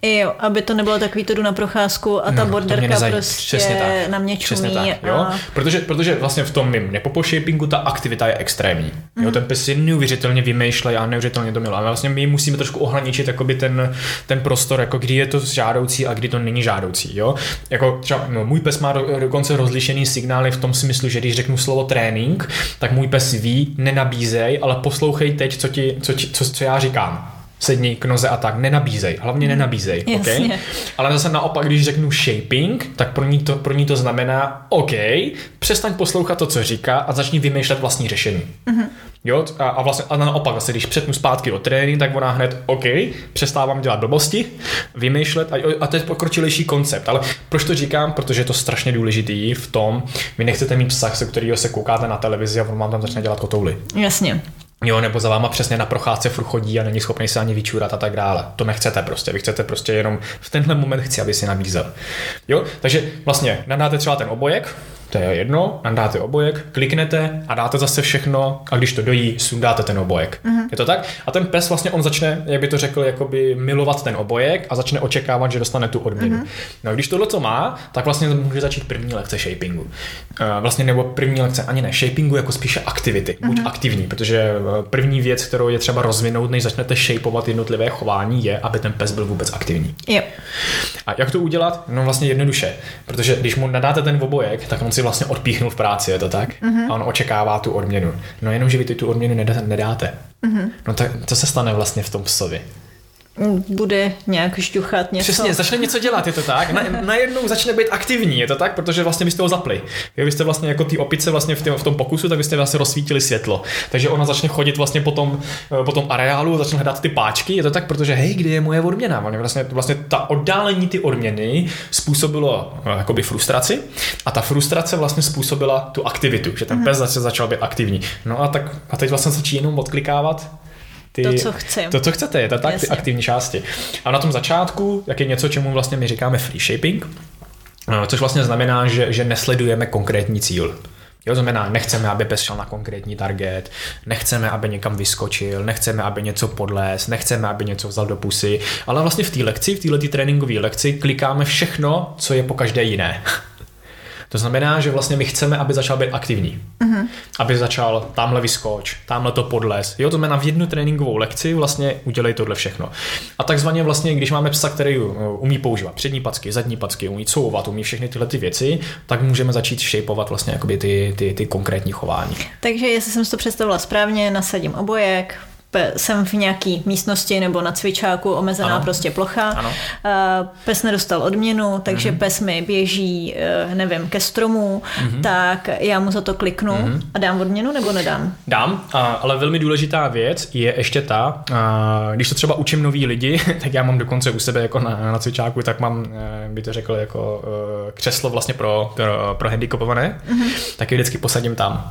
Jo, aby to nebylo takový, to jdu na procházku a ta no, borderka mě prostě tak. na mě čumí. Tak, jo? A... Protože, protože vlastně v tom mým nepopo shapingu ta aktivita je extrémní. Mm. Jo, ten pes si neuvěřitelně vymýšlej a neuvěřitelně to miluje. Ale vlastně my musíme trošku ohraničit jakoby ten, ten prostor, jako kdy je to žádoucí a kdy to není žádoucí. Jo? Jako třeba, no, můj pes má do, dokonce rozlišený signály v tom smyslu, že když řeknu slovo trénink, tak můj pes ví, nenabízej, ale poslouchej teď, co, ti, co, co, co já říkám. Sedni k noze a tak, nenabízej, hlavně nenabízej, mm, okay? Ale zase naopak, když řeknu shaping, tak pro ní to, pro ní to znamená, OK, přestaň poslouchat to, co říká a začni vymýšlet vlastní řešení. Mm-hmm. Jo, a, a vlastně a naopak, vlastně, když přepnu zpátky do tréninku, tak ona hned, OK, přestávám dělat blbosti, vymýšlet a, a to je pokročilejší koncept. Ale proč to říkám? Protože je to strašně důležitý v tom, vy nechcete mít psa, se kterého se koukáte na televizi a on vám tam začne dělat kotouly. Jasně. Jo, nebo za váma přesně na procházce furt chodí a není schopný se ani vyčůrat a tak dále. To nechcete prostě, vy chcete prostě jenom v tenhle moment chci, aby si nabízel. Jo, takže vlastně nadáte třeba ten obojek, to je jedno, nadáte obojek, kliknete a dáte zase všechno a když to dojí, sundáte ten obojek. Mm-hmm. Je to tak? A ten pes vlastně on začne, jak by to řekl, jakoby milovat ten obojek a začne očekávat, že dostane tu odměnu. Mm-hmm. No když tohle to má, tak vlastně může začít první lekce shapingu. Uh, vlastně nebo první lekce ani ne shapingu, jako spíše aktivity. Mm-hmm. Buď aktivní, protože první věc, kterou je třeba rozvinout, než začnete shapeovat jednotlivé chování, je, aby ten pes byl vůbec aktivní. Jo. A jak to udělat? No vlastně jednoduše, protože když mu nadáte ten obojek, tak on si vlastně odpíchnul v práci, je to tak? Mm-hmm. A on očekává tu odměnu. No jenom, že vy tu odměnu nedáte. Mm-hmm. No tak co se stane vlastně v tom psovi? Bude nějak žduchat něco. Přesně, začne něco dělat, je to tak. Na, najednou začne být aktivní, je to tak, protože vlastně vy jste ho zapli. Vy jste vlastně jako ty opice vlastně v, tě, v tom pokusu, tak vy jste vlastně rozsvítili světlo. Takže ona začne chodit vlastně po tom, po tom areálu, začne hledat ty páčky, je to tak, protože hej, kde je moje odměna? Vlastně, vlastně ta oddálení ty odměny způsobilo jakoby frustraci a ta frustrace vlastně způsobila tu aktivitu, že ten mm-hmm. pes začal, začal být aktivní. No a tak a teď vlastně začí jenom odklikávat Ty, to, co chci. To, co chcete, je to tak, ty aktivní části. A na tom začátku, jak je něco, čemu vlastně my říkáme free shaping, což vlastně znamená, že, že nesledujeme konkrétní cíl. Jo, znamená, nechceme, aby pes šel na konkrétní target, nechceme, aby někam vyskočil, nechceme, aby něco podléz, nechceme, aby něco vzal do pusy, ale vlastně v té lekci, v této tréninkové lekci klikáme všechno, co je po každé jiné. To znamená, že vlastně my chceme, aby začal být aktivní. Mm-hmm. Aby začal tamhle vyskoč, tamhle to podlez. Jo, to znamená v jednu tréninkovou lekci vlastně udělej tohle všechno. A takzvaně vlastně, když máme psa, který umí používat přední packy, zadní packy, umí couvat, umí všechny tyhle ty věci, tak můžeme začít shapeovat vlastně jakoby ty, ty, ty konkrétní chování. Takže jestli jsem si to představila správně, nasadím obojek, jsem v nějaký místnosti nebo na cvičáku, omezená ano. prostě plocha. Ano. Pes nedostal odměnu, takže mm-hmm. pes mi běží, nevím, ke stromu, mm-hmm. tak já mu za to kliknu mm-hmm. a dám odměnu nebo nedám? Dám, ale velmi důležitá věc je ještě ta, když to třeba učím nový lidi, tak já mám dokonce u sebe jako na, na cvičáku, tak mám, by to řekl, jako křeslo vlastně pro, pro, pro handicapované, mm-hmm. tak je vždycky posadím tam.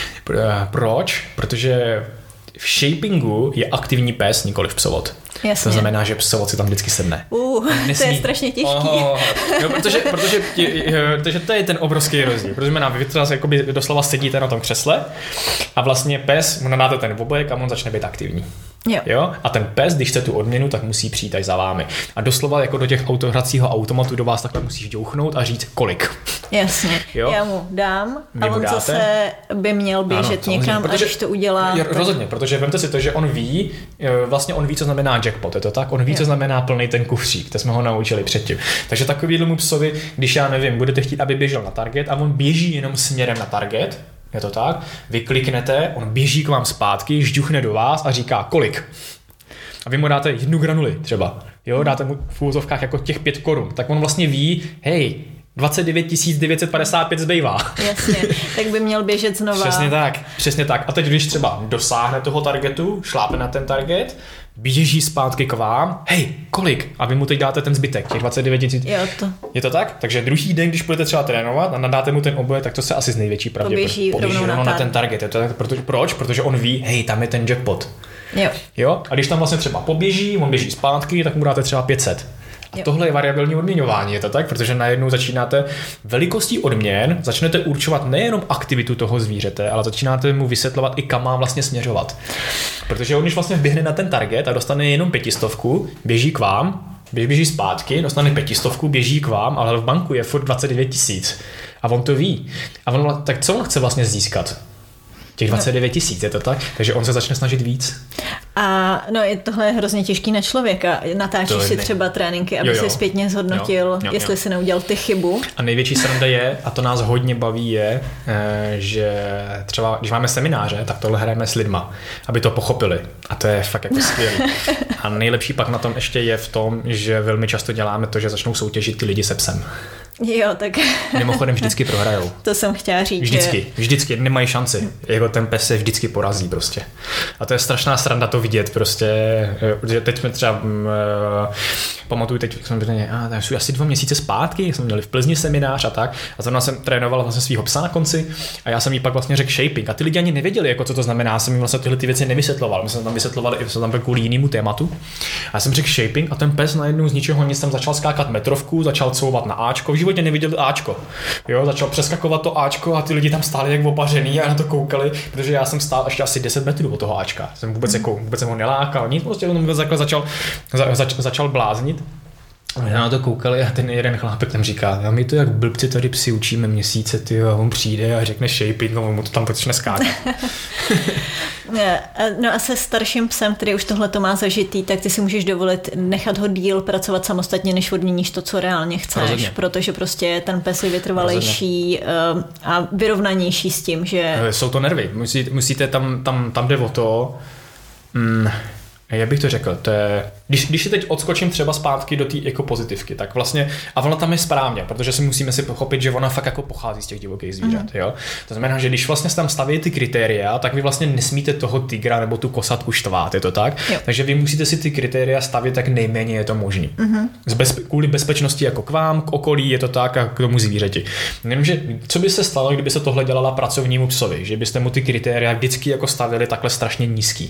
Proč? Protože v shapingu je aktivní pes, nikoliv psovod. Jasně. To znamená, že psovod si tam vždycky sedne. Uh, to je strašně těžký. Oh, no, protože, protože, protože to je ten obrovský rozdíl. Protože znamená, vy třeba jakoby doslova sedíte na tom křesle a vlastně pes, mu nadáte ten obojek a on začne být aktivní. Jo. Jo? A ten pes, když chce tu odměnu, tak musí přijít až za vámi. A doslova jako do těch autohracího automatu do vás takhle musíš ďouchnout a říct kolik. Jasně. Jo? Já mu dám a on dáte. Zase by měl běžet ano, někam, protože, a když to udělá. Je, rozhodně, protože vemte si to, že on ví, vlastně on ví, co znamená jackpot, je to tak? On ví, jo. co znamená plný ten kufřík, to jsme ho naučili předtím. Takže takovýhlemu psovi, když já nevím, budete chtít, aby běžel na target a on běží jenom směrem na target, je to tak? Vy kliknete, on běží k vám zpátky, žďuchne do vás a říká kolik. A vy mu dáte jednu granuli třeba. Jo, dáte mu v úvozovkách jako těch pět korun. Tak on vlastně ví, hej, dvacet devět tisíc devět set padesát pět zbývá. Jasně, tak by měl běžet znova. Přesně tak, přesně tak. A teď, když třeba dosáhne toho targetu, šlápe na ten target, běží zpátky k vám, hej, kolik? A vy mu teď dáte ten zbytek, těch dvacet devět tisíc. Jo, to. Je to tak? Takže druhý den, když budete třeba trénovat a nadáte mu ten obojek, tak to se asi z největší pravděpodobností poběží rovnou na, na ten target. Je to tak? Protože, proč? Protože on ví, hej, tam je ten jackpot. Jo. Jo? A když tam vlastně třeba poběží, on běží zpátky, tak mu dáte třeba pět set. A jo. Tohle je variabilní odměňování, je to tak? Protože najednou začínáte velikostí odměn, začnete určovat nejenom aktivitu toho zvířete, ale začínáte mu vysvětlovat i kam má vlastně směřovat. Protože on, když vlastně běhne na ten target a dostane jenom pětistovku, běží k vám, běží zpátky, dostane pětistovku, běží k vám, ale v banku je furt dvacet devět tisíc. A on to ví. A on, tak co on chce vlastně získat? Těch dvacet devět tisíc, je to tak? Takže on se začne snažit víc. A no, je tohle hrozně těžký na člověka. Natáčíš si ne. třeba tréninky, aby jo, jo. si zpětně zhodnotil, jo, jo, jestli jo. si neudělal ty chybu. A největší sranda je, a to nás hodně baví, je, že třeba, když máme semináře, tak tohle hrajeme s lidma, aby to pochopili. A to je fakt jako skvělý. A nejlepší pak na tom ještě je v tom, že velmi často děláme to, že začnou soutěžit ty lidi se psem. Jo, tak... Mimochodem vždycky prohrajou. To jsem chtěla říct. Vždycky, že... vždycky, nemají šanci. Jako ten pes se vždycky porazí prostě. A to je strašná sranda to vidět prostě. Že teď jsme třeba, um, pamatuju, teď jsme byli, a to jsou asi dva měsíce zpátky, jsme měli v Plzni seminář a tak. A zrovna jsem trénoval vlastně svýho psa na konci a já jsem jí pak vlastně řekl shaping. A ty lidi ani nevěděli, jako co to znamená. Já jsem jim vlastně tyhle ty věci nevysvětloval. My jsme tam vysvětlovali, jsme tam byli kvůli jinému tématu. A já jsem řekl shaping a ten pes najednou z ničeho nic tam začal skákat metrovku, začal couvat na áčko. V životě neviděl áčko. Jo, začal přeskakovat to áčko a ty lidi tam stáli jak opařený a na to koukali, protože já jsem stál ještě asi deset metrů od toho áčka. Jsem vůbec, mm. jako, vůbec jsem ho nelákal, nic, prostě on vůbec začal, za, zač, začal bláznit. A na to koukali a ten jeden chlápek tam říká, a my to jak blbci tady psi učíme měsíce, ty a on přijde a řekne shaping, no on mu to tam začne skákat. No a se starším psem, který už tohle to má zažitý, tak ty si můžeš dovolit nechat ho díl pracovat samostatně, než odměníš to, co reálně chceš, rozhodně. Protože prostě ten pes je vytrvalejší rozhodně. A vyrovnanější s tím, že... Jsou to nervy, Musí, musíte tam, tam, tam jde o to... Mm. Jak bych to řekl, to je, když, když si teď odskočím třeba zpátky do té jako pozitivky, tak vlastně, a ona tam je správně, protože si musíme si pochopit, že ona fakt jako pochází z těch divokých zvířat, mm. jo. To znamená, že když vlastně tam staví ty kritéria, tak vy vlastně nesmíte toho tygra nebo tu kosatku štvát, je to tak? Jo. Takže vy musíte si ty kritéria stavit tak nejméně je to možný. Mm. Bezpe- kvůli bezpečnosti jako k vám, k okolí, je to tak, a k tomu zvířeti. Jenomže, co by se stalo, kdyby se tohle dělala pracovnímu psovi, že byste mu ty kritéria vždycky jako stavili takhle strašně nízký?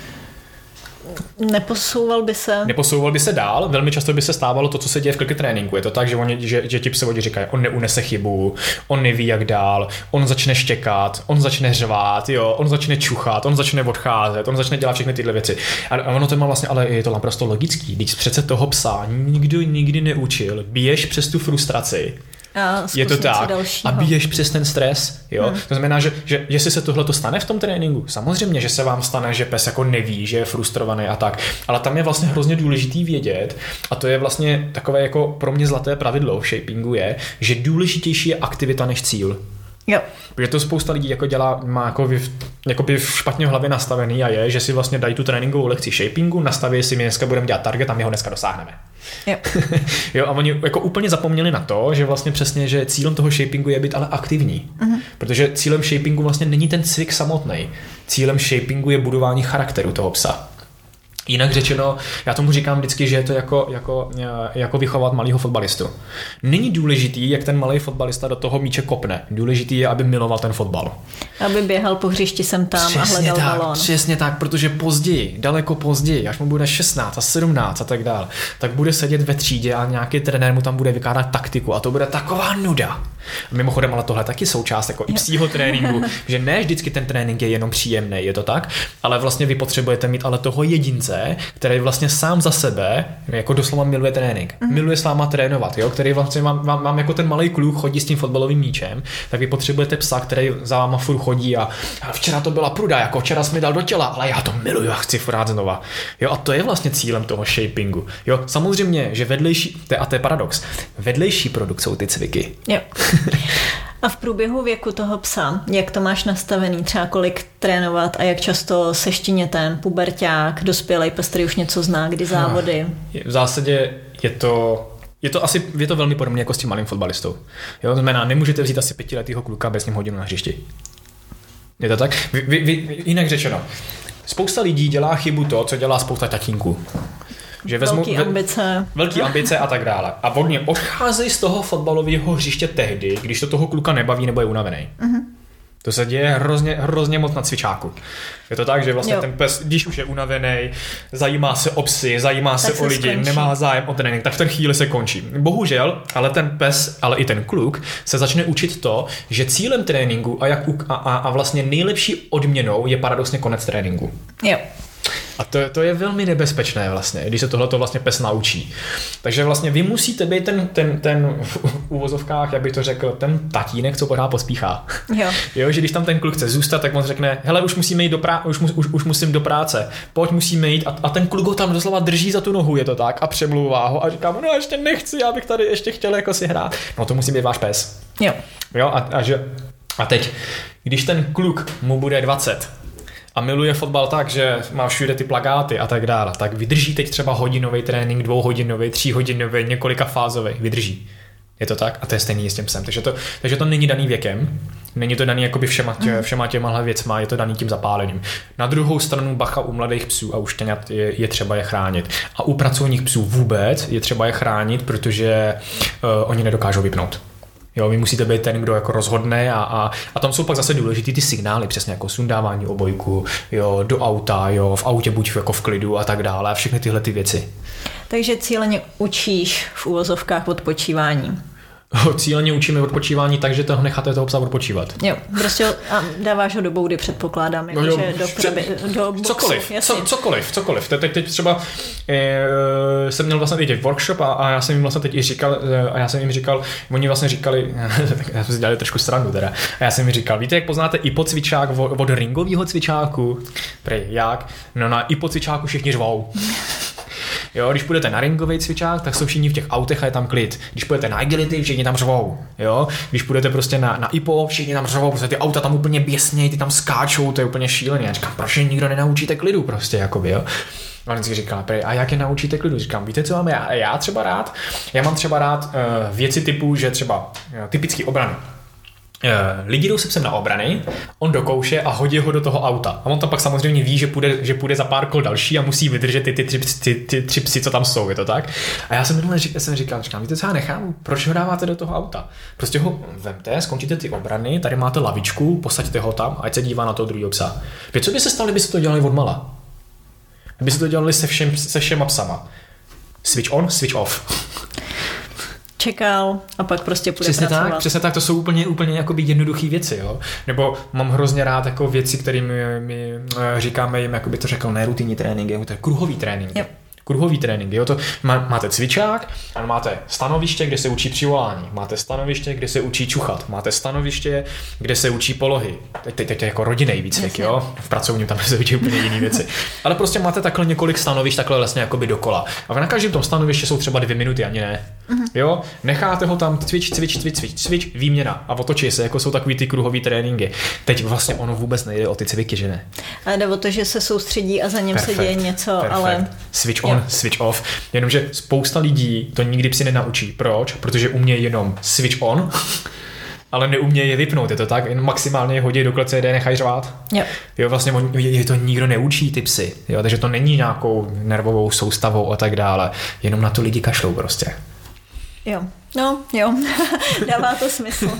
Neposouval by se. Neposouval by se dál, velmi často by se stávalo to, co se děje v clicker tréninku. Je to tak, že, oni, že, že ti psovodi říkají, on neunese chybu, on neví jak dál, on začne štěkat, on začne řvát, jo, on začne čuchat, on začne odcházet, on začne dělat všechny tyhle věci. A ono to má vlastně, ale je to naprosto logický. Když přece toho psa nikdo nikdy neučil, běž přes tu frustraci. A je to tak. A běž přes ten stres. Jo? Hmm. To znamená, že, že jestli se tohle to stane v tom tréninku, samozřejmě, že se vám stane, že pes jako neví, že je frustrovaný a tak. Ale tam je vlastně hrozně důležitý vědět, a to je vlastně takové jako pro mě zlaté pravidlo v shapingu je, že důležitější je aktivita než cíl. Jo. Protože to spousta lidí jako dělá, má jako, v, jako by špatně v hlavě nastavený a je, že si vlastně dají tu tréninkovou lekci shapingu, nastaví si, my dneska budeme dělat target a my ho dneska dosáhneme. Jo. Jo, a oni jako úplně zapomněli na to, že vlastně přesně, že cílem toho shapingu je být ale aktivní. Uh-huh. Protože cílem shapingu vlastně není ten cvik samotný. Cílem shapingu je budování charakteru toho psa. Jinak řečeno, já tomu říkám vždycky, že je to jako, jako, jako vychovat malýho fotbalistu. Není důležitý, jak ten malý fotbalista do toho míče kopne. Důležitý je, aby miloval ten fotbal. Aby běhal po hřišti sem tam přesně a hledal tak, balón. Přesně tak, protože později, daleko později, až mu bude šestnáct a sedmnáct a tak dále, tak bude sedět ve třídě a nějaký trenér mu tam bude vykládat taktiku a to bude taková nuda. A mimochodem, ale tohle taky součást jako i psího tréninku, že ne vždycky ten trénink je jenom příjemný, je to tak, ale vlastně vy potřebujete mít ale toho jedince, který vlastně sám za sebe jako doslova miluje trénink. Mm. Miluje s váma trénovat, jo? Který vlastně vám, vám, vám jako ten malý kluk chodí s tím fotbalovým míčem, tak vy potřebujete psa, který za váma furt chodí a, a včera to byla pruda, jako včera jsi mi dal do těla, ale já to miluju a chci furt znova. Jo? A to je vlastně cílem toho shapingu. Jo? Samozřejmě, že vedlejší, a to je paradox, vedlejší produkt jsou ty cviky. Jo. A v průběhu věku toho psa, jak to máš nastavený, třeba kolik trénovat a jak často seštině ten puberťák, dospělej pes, který už něco zná, kdy závody? V zásadě je to... Je to asi je to velmi podobné jako s tím malým fotbalistou. Jo, to znamená, nemůžete vzít asi pětiletýho kluka bez ním hodinu na hřišti. Je to tak? Vy, vy, vy, jinak řečeno, spousta lidí dělá chybu to, co dělá spousta tatínků. Že vezmu, velký ambice. Velký ambice a tak dále. A vodně odcházejí z toho fotbalového hřiště tehdy, když to toho kluka nebaví nebo je unavený. Uh-huh. To se děje hrozně, hrozně moc na cvičáku. Je to tak, že vlastně jo. ten pes, když už je unavený, zajímá se o psy, zajímá tak se, se o lidi, skončí. Nemá zájem o trénink, tak v ten chvíli se končí. Bohužel, ale ten pes, ale i ten kluk se začne učit to, že cílem tréninku a, jak, a, a, a vlastně nejlepší odměnou je paradoxně konec tréninku. Jo. A to, to je velmi nebezpečné vlastně, když se tohleto vlastně pes naučí. Takže vlastně vy musíte být ten, ten, ten v uvozovkách, jak bych to řekl, ten tatínek, co pořád pospíchá. Jo. Jo, že když tam ten kluk chce zůstat, tak on řekne, hele, už musíme jít do prá- už, už, už musím do práce, pojď, musíme jít a, a ten kluk ho tam doslova drží za tu nohu, je to tak, a přemlouvá ho a říká mu, no ještě nechci, já bych tady ještě chtěl jako si hrát. No to musí být váš pes. Jo. Jo, a, a, že, a teď, když ten kluk mu bude dvacet a miluje fotbal tak, že má všude ty plakáty a tak dále, tak vydrží teď třeba hodinový trénink, dvouhodinový, tříhodinový, několika fázový, vydrží. Je to tak? A to je stejný s tím psem. Takže to, takže to není daný věkem, není to daný jakoby všema, tě, všema těmahle věcma, je to daný tím zapálením. Na druhou stranu bacha u mladých psů a u štěňat je, je třeba je chránit. A u pracovních psů vůbec je třeba je chránit, protože uh, oni nedokážou vypnout. Jo, vy musíte být ten, kdo jako rozhodne a, a, a tam jsou pak zase důležitý ty signály, přesně jako sundávání obojku, jo, do auta, jo, v autě buď jako v klidu a tak dále a všechny tyhle ty věci. Takže cíleně učíš v úvozovkách odpočívání. Cíleně učíme odpočívání tak, že toho necháte toho psa odpočívat. Jo, prostě a dáváš ho do boudy, předpokládám, jako, no jo, že do, pravi, do boxu. Cokoliv, co, cokoliv, cokoliv. Teď, teď třeba e, jsem měl vlastně teď workshop a, a já jsem jim vlastně teď i říkal, a já jsem jim říkal, oni vlastně říkali, já jsem si dělali trošku srandu teda, a já jsem jim říkal, víte, jak poznáte ipocvičák od, od ringového cvičáku? Prej, jak? No na ipocvičáku všichni řvou. Jo, když půjdete na ringový cvičák, tak jsou všichni v těch autech a je tam klid. Když půjdete na agility, všichni tam řvou. Jo, když půjdete prostě na, na I P O, všichni tam řvou, protože ty auta tam úplně běsnějí, ty tam skáčou, to je úplně šílený. Já říkám, proč nikdo nenaučíte klidu prostě, jakoby, jo. A on vždycky říkal, a jak je naučíte klidu? Říkám, víte, co mám já, já třeba rád? Já mám třeba rád uh, věci typu, že třeba uh, typický obrany. Lidi jdou se psem na obrany, on do kouše a hodí ho do toho auta. A on tam pak samozřejmě ví, že půjde, že půjde za pár kol další a musí vydržet ty, ty, ty, ty, ty tři psy, co tam jsou, je to tak? A já jsem minule říkal, jsem říkal, říkám, víte, co já nechám? Proč ho dáváte do toho auta? Prostě ho vemte, skončíte ty obrany, tady máte lavičku, posaďte ho tam, ať se dívá na toho druhého psa. Víte, co by se stalo, kdyby se to dělali odmala? Kdyby se to dělali se, všem, se všema psama. Switch on, switch off. Čekal a pak prostě půjde přesně pracovat. Tak, přesně tak, to jsou úplně, úplně jakoby jednoduché věci, jo. Nebo mám hrozně rád jako věci, kterými my říkáme jim, jakoby to řekl, ne rutinní tréninky, to je kruhový trénink. Yep. Kruhový trénink, jo, to má, máte cvičák a máte stanoviště, kde se učí přivolání, máte stanoviště, kde se učí čuchat, máte stanoviště, kde se učí polohy. Teď, teď, teď je jako rodinný výcvik, jo, v pracovním tam se učí úplně jiné věci. Ale prostě máte takhle několik stanovišť takhle vlastně jakoby dokola. A na každém tom stanovišti jsou třeba dvě minuty, ani ne. Mm-hmm. Jo, necháte ho tam cvič, cvič, cvič, cvič, cvič, výměna a otočí se, jako jsou takový ty kruhový tréninky. Teď vlastně ono vůbec nejde o ty cviky, že ne? A jde o to, že se soustředí a za něm perfect, se děje něco, perfect. Ale switch on, jo. Switch off. Jenomže spousta lidí to nikdy psi nenaučí. Proč? Protože umějí jenom switch on, ale neumějí je vypnout. Je to tak? Jen maximálně je hodí do klece, jde nechají řvát. Jo. Jo, vlastně je to nikdo neučí, ty psy. Jo, takže to není nějakou nervovou soustavou a tak dále. Jenom na to lidi kašlou prostě. Jo, no jo, dává to smysl.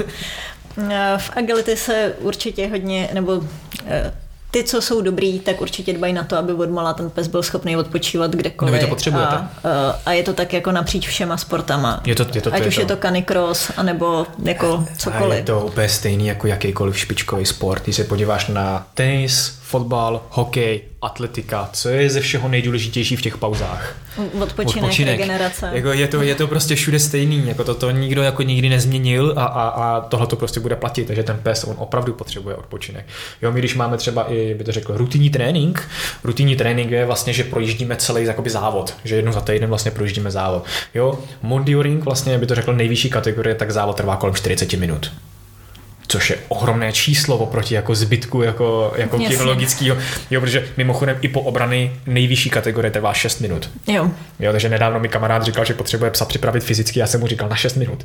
V agility se určitě hodně, nebo ty, co jsou dobrý, tak určitě dbají na to, aby odmala ten pes byl schopný odpočívat kdekoliv. No vy to potřebujete. A, a je to tak jako napříč všema sportama. Je to, je to, Ať je už to. je to canicross, anebo jako cokoliv. A je to úplně stejný jako jakýkoliv špičkový sport. Když se podíváš na tenis, fotbal, hokej, atletika, co je ze všeho nejdůležitější v těch pauzách? Odpočinek, Odpočinek. regenerace. Jako je, to, je to prostě všude stejný, jako to, to nikdo jako nikdy nezměnil a, a, a tohle to prostě bude platit, takže ten pes, on opravdu potřebuje odpočinek. Jo, my když máme třeba i, by to řekl, rutinní trénink, rutinní trénink je vlastně, že projíždíme celý jakoby závod, že jednou za týden vlastně projíždíme závod. Jo, Mondioring vlastně, by to řekl, nejvyšší kategorie, tak závod trvá kolem čtyřicet minut. Což je ohromné číslo oproti jako zbytku jako, jako kinologického. Jo, protože mimochodem i po obrany nejvyšší kategorie trvá šest minut. Jo. Jo, takže nedávno mi kamarád říkal, že potřebuje psa připravit fyzicky, já jsem mu říkal na šest minut.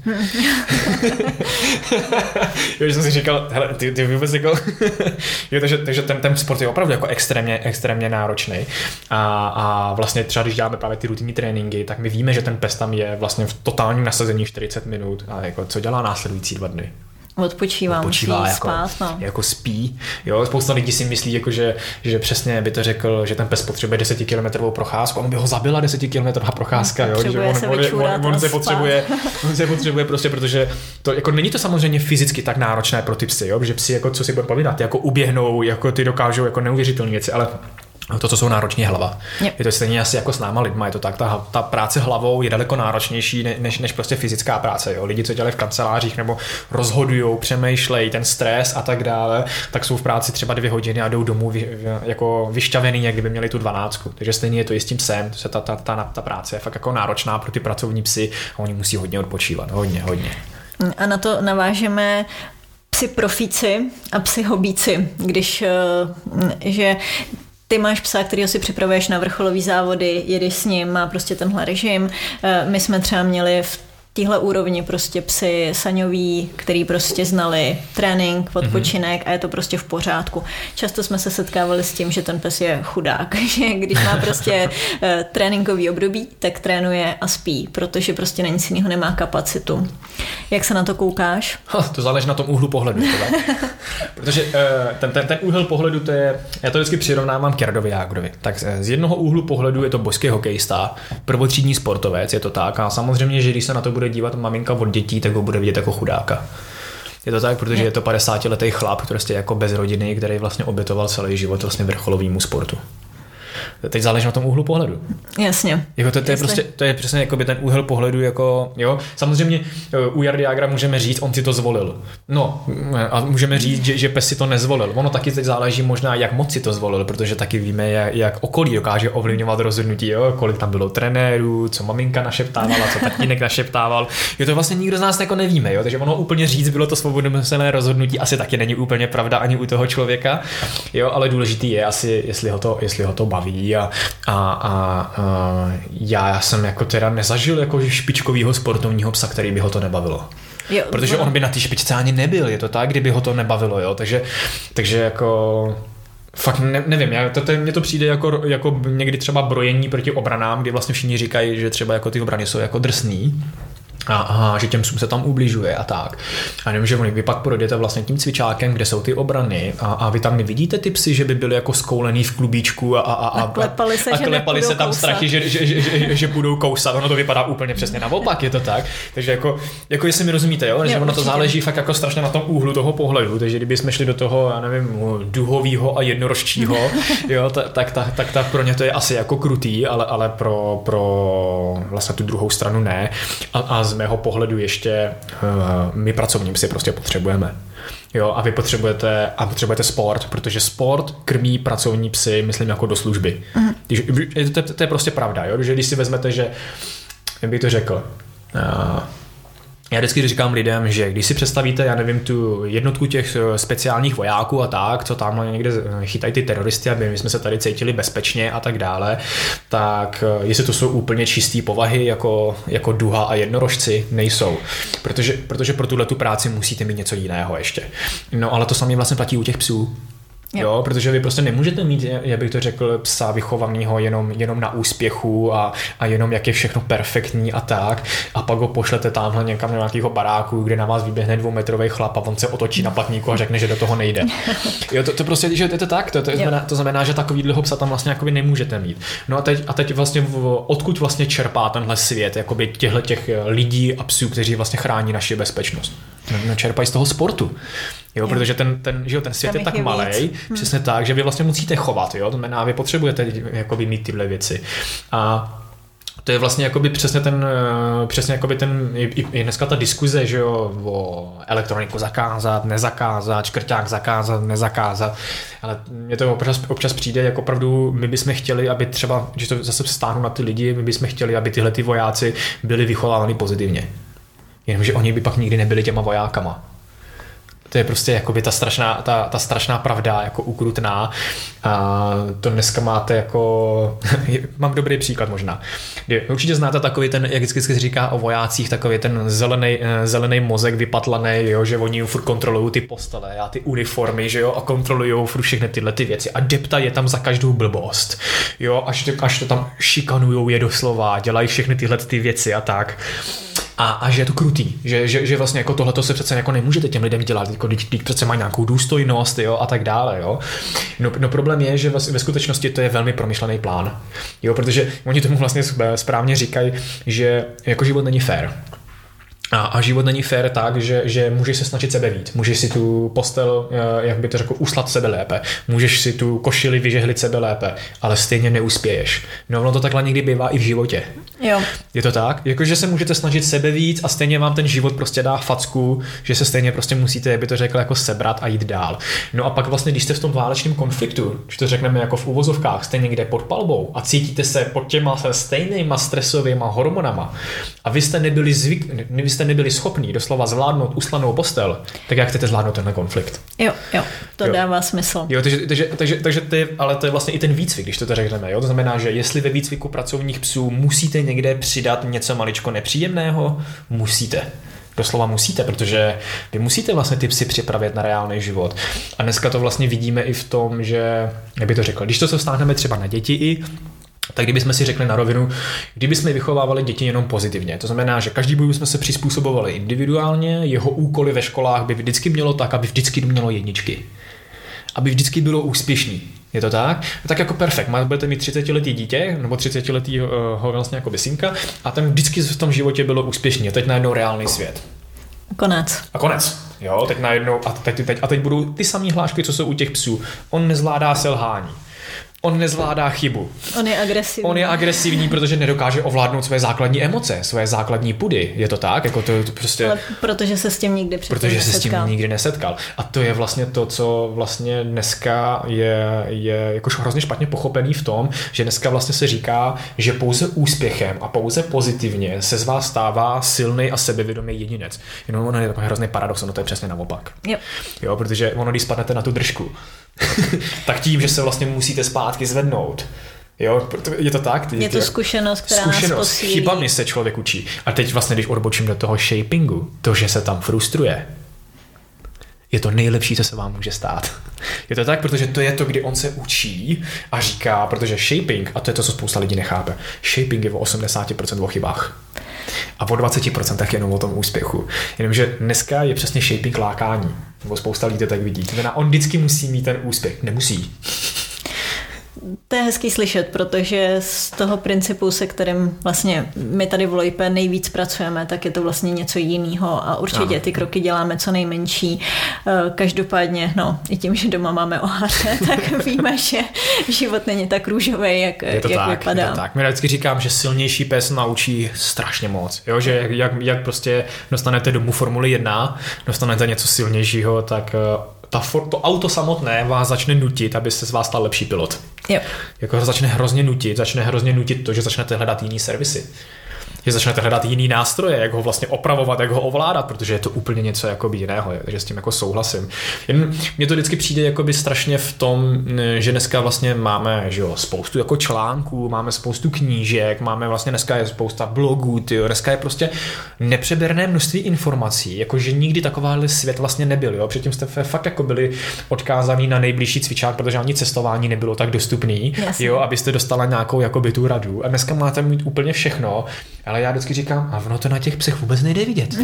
Jo, že jsem si říkal, hele, ty, ty vůbec jako... jo, takže, takže ten, ten sport je opravdu jako extrémně, extrémně náročný. A, a vlastně třeba, když děláme právě ty rutinní tréninky, tak my víme, že ten pes tam je vlastně v totálním nasazení čtyřicet minut. A jako, co dělá následující dva dny? Odpočívá, Odpočívá musí jako, spát, no. Jako spí. Jo, spousta lidí si myslí, jako, že, že přesně by to řekl, že ten pes potřebuje desetikilometrovou procházku. On by ho zabila desetikilometrová procházka. Jo, že on, on, on, on, se potřebuje, on se potřebuje prostě, protože to, jako, není to samozřejmě fyzicky tak náročné pro ty psy, jo, protože psi, jako, co si bude povídat, jako uběhnou, jako ty dokážou jako neuvěřitelné věci, ale to, co jsou náročně hlava. Yep. Je to stejně asi jako s náma lidma, je to tak, ta, ta práce hlavou je daleko náročnější než, než prostě fyzická práce. Jo? Lidi, co dělají v kancelářích nebo rozhodujou, přemýšlejí, ten stres a tak dále, tak jsou v práci třeba dvě hodiny a jdou domů vy, jako vyšťavený, jak kdyby měli tu dvanáctku. Takže stejně je to i s tím psem, to se ta, ta, ta, ta práce je fakt jako náročná pro ty pracovní psy a oni musí hodně odpočívat, hodně, hodně. A na to navážeme psi profíci a psi hobíci, když, že ty máš psa, kterýho si připravuješ na vrcholový závody, jedeš s ním, má prostě tenhle režim. My jsme třeba měli v téhle úrovni prostě psy saňoví, který prostě znali trénink, odpočinek a je to prostě v pořádku. Často jsme se setkávali s tím, že ten pes je chudák, že když má prostě tréninkový období, tak trénuje a spí, protože prostě na nic jiného nemá kapacitu. Jak se na to koukáš? To záleží na tom úhlu pohledu. Protože ten, ten, ten úhel pohledu, to je, já to vždycky přirovnávám k Jardovi Jágrovi. Tak z jednoho úhlu pohledu je to božský hokejista, prvotřídní sportovec, je to tak. A samozřejmě, že když se na to bude dívat maminka od dětí, tak ho bude vidět jako chudáka. Je to tak, protože je to padesátiletý chlap, který je jako bez rodiny, který vlastně obětoval celý život vlastně vrcholovému sportu. Teď záleží na tom úhlu pohledu. Jasně. Jako to, to, je prostě, to je přesně jako by ten úhel pohledu, jako, jo. Samozřejmě u Jardy Jágra můžeme říct, on si to zvolil. No a můžeme říct, že, že pes si to nezvolil. Ono taky teď záleží možná, jak moc si to zvolil, protože taky víme, jak, jak okolí dokáže ovlivňovat rozhodnutí, jo. Kolik tam bylo trenérů, co maminka našeptávala, co tatínek našeptával. Jo, to vlastně nikdo z nás jako nevíme, jo. Takže ono úplně říct, bylo to svobodné rozhodnutí, asi taky není úplně pravda ani u toho člověka, jo, ale důležitý je asi, jestli ho to, jestli ho to baví. A, a, a, a já jsem jako teda nezažil jako špičkovýho sportovního psa, který by ho to nebavilo. Jo, protože on by na té špičce ani nebyl, je to tak, kdyby ho to nebavilo, jo, takže, takže jako fakt ne, nevím, já, to, to, mně to přijde jako, jako někdy třeba brojení proti obranám, kdy vlastně všichni říkají, že třeba jako ty obrany jsou jako drsný. A, a že těm psům se tam ubližuje a tak. A nevím, že vy pak projdete vlastně tím cvičákem, kde jsou ty obrany a, a vy tam nevidíte ty psy, že by byli jako skoulený v klubíčku a, a, a, a klepali se, a že klepali se tam kousat. strachy, že, že, že, že, že budou kousat. Ono to vypadá úplně přesně naopak, je to tak. Takže jako, jako jestli mi rozumíte, jo? Že jo, ono to záleží fakt jako strašně na tom úhlu toho pohledu. Takže kdyby jsme šli do toho, já nevím, duhovýho a jednorožčího, jo, tak, tak, tak, tak, tak pro ně to je asi jako krutý, ale, ale pro, pro vlastně tu druhou stranu ne. A, a z mého pohledu ještě uh, my pracovní psy prostě potřebujeme. Jo, a vy potřebujete, a potřebujete sport, protože sport krmí pracovní psy, myslím, jako do služby. Mm. Když, to, to, to je prostě pravda, jo? Že když si vezmete, že, jak bych to řekl, uh, já vždycky říkám lidem, že když si představíte, já nevím, tu jednotku těch speciálních vojáků a tak, co tam někde chytají ty teroristy, aby my jsme se tady cítili bezpečně a tak dále, tak jestli to jsou úplně čistý povahy jako, jako duha a jednorožci, nejsou. Protože, protože pro tuhle tu práci musíte mít něco jiného ještě. No ale to samé vlastně platí u těch psů. Jo, protože vy prostě nemůžete mít, jak bych to řekl, psa vychovaného jenom, jenom na úspěchu a, a jenom jak je všechno perfektní a tak a pak ho pošlete tamhle někam do nějakého baráku, kde na vás vyběhne dvoumetrový chlap a on se otočí na platníku a řekne, že do toho nejde. Jo, to, to prostě, že je to tak, to, to, znamená, to znamená, že takovýhleho psa tam vlastně jakoby nemůžete mít. No a teď, a teď vlastně v, odkud vlastně čerpá tenhle svět, jakoby těchto těch lidí a psů, kteří vlastně chrání naši bezpečnost. No, čerpají z toho sportu. Jo, protože ten, ten, že jo, ten svět tam je tak malej, hmm. přesně tak, že vy vlastně musíte chovat, jo, to znamená, vy potřebujete jakoby mít tyhle věci. A to je vlastně jakoby přesně ten, přesně jakoby ten, i dneska ta diskuze, že jo, o elektroniku zakázat, nezakázat, škrťák zakázat, nezakázat, ale mně to občas, občas přijde, jako opravdu, my bychom chtěli, aby třeba, že to zase vztáhnu na ty lidi, my bychom chtěli, aby tyhle ty vojáci byli vychovávány pozitivně. Jenomže oni by pak nikdy nebyli těma vojákama. To je prostě jakoby ta strašná, ta, ta strašná pravda, jako ukrutná. A to dneska máte jako... Mám dobrý příklad možná. Určitě znáte takový ten, jak vždycky se říká o vojácích, takový ten zelený, zelený mozek vypatlaný, jo, že oni furt kontrolují ty postele a ty uniformy, že jo, a kontrolují furt všechny tyhle ty věci. A depta je tam za každou blbost. Jo, až to, až to tam šikanujou je doslova, dělají všechny tyhle ty věci a tak. A, a že je to krutý, že, že, že vlastně jako tohleto se přece jako nemůžete těm lidem dělat, jako když, když přece mají nějakou důstojnost, jo, a tak dále, jo. No, no problém je, že ve skutečnosti to je velmi promyšlený plán, jo, protože oni tomu vlastně správně říkají, že jako život není fair. A, a život není fér tak, že, že můžeš se snažit sebe víc. Můžeš si tu postel, jak by to řekl, uslat sebe lépe. Můžeš si tu košili vyžehlit sebe lépe, ale stejně neuspěješ. No ono to takhle někdy bývá i v životě. Jo. Je to tak? Jakože se můžete snažit sebe víc a stejně vám ten život prostě dá facku, že se stejně prostě musíte, jak by to řekl, jako sebrat a jít dál. No a pak vlastně, když jste v tom válečném konfliktu, když to řekneme jako v uvozovkách, jste někde pod palbou a cítíte se pod těma se stejnýma stresovými hormonama a vy jste nebyli zvyk, vy jste nebyli schopní doslova zvládnout uslanou postel, tak jak chcete zvládnout tenhle konflikt? Jo, jo, to jo. dává smysl. Jo, takže, takže, takže, takže to je, ale to je vlastně i ten výcvik, když to tak řekneme. Jo? To znamená, že jestli ve výcviku pracovních psů musíte někde přidat něco maličko nepříjemného, musíte. Doslova musíte, protože vy musíte vlastně ty psy připravit na reálný život. A dneska to vlastně vidíme i v tom, že, jak by to řekl, když to se vztáhneme třeba na děti i, tak kdybychom si řekli na rovinu, kdybychom vychovávali děti jenom pozitivně, to znamená, že každý boj jsme se přizpůsobovali individuálně, jeho úkoly ve školách by vždycky mělo tak, aby vždycky mělo jedničky. Aby vždycky bylo úspěšný. Je to tak? Tak jako perfekt. Budete mít třicetiletý dítě, nebo třicetiletýho vlastně jako synka a ten vždycky v tom životě bylo úspěšný. A teď najednou reálný svět. Konec. A konec. Jo, teď najednou, a teď, teď, a teď budou ty samé hlášky, co jsou u těch psů. On nezvládá selhání. On nezvládá chybu. On je agresivní. On je agresivní, protože nedokáže ovládnout své základní emoce, své základní pudy. Je to tak? Jako to, to prostě... Ale protože se s tím nikdy předtím Protože nesetkal. se s tím nikdy nesetkal. A to je vlastně to, co vlastně dneska je, je jakož hrozně špatně pochopený v tom, že dneska vlastně se říká, že pouze úspěchem a pouze pozitivně se z vás stává silný a sebevědomý jedinec. Jenom ono je takový hrozný paradox, ono to je přesně naopak. Jo. Jo, protože ono, když spadnete na tu držku, tak tím, že se vlastně musíte zpátky zvednout. Jo, je to tak? Je to zkušenost, která zkušenost, nás posílí. chybami se člověk učí. A teď vlastně, když odbočím do toho shapingu, to, že se tam frustruje, je to nejlepší, co se vám může stát. Je to tak, protože to je to, kdy on se učí a říká, protože shaping, a to je to, co spousta lidí nechápe, shaping je o osmdesát procent o chybách. A o dvacet procent tak jenom o tom úspěchu. Jenomže dneska je přesně shaping lákání. Nebo spousta lidí to tak vidí. To znamená, on vždycky musí mít ten úspěch. Nemusí. To je hezký slyšet, protože z toho principu, se kterým vlastně my tady v Loipe nejvíc pracujeme, tak je to vlastně něco jiného a určitě ty kroky děláme co nejmenší. Každopádně, no, i tím, že doma máme oháře, tak víme, že život není tak růžový, jak, je to jak tak, vypadá. Je to tak. Já vždycky říkám, že silnější pes naučí strašně moc. Jo? Že jak, jak prostě dostanete domů Formuli jedna, dostanete něco silnějšího, tak ta, to auto samotné vás začne nutit, aby se z vás stal lepší pilot. Jo. Jako začne hrozně nutit, začne hrozně nutit to, že začnete hledat jiný servisy. Že začnete hledat jiný nástroje, jak ho vlastně opravovat, jak ho ovládat, protože je to úplně něco jakoby jiného, takže s tím jako souhlasím. Jen mně to vždycky přijde jakoby strašně v tom, že dneska vlastně máme, že jo, spoustu jako článků, máme spoustu knížek, máme vlastně dneska je spousta blogů, tyjo, dneska je prostě nepřeberné množství informací, jakože nikdy takováhle svět vlastně nebyl, jo. Předtím jste fakt jako byli odkázaný na nejbližší cvičák, protože ani cestování nebylo tak dostupný, Jasně. jo, abyste dostala nějakou jakoby tu radu. A dneska máte mít úplně všechno. Ale já vždycky říkám, a ono to na těch psech vůbec nejde vidět.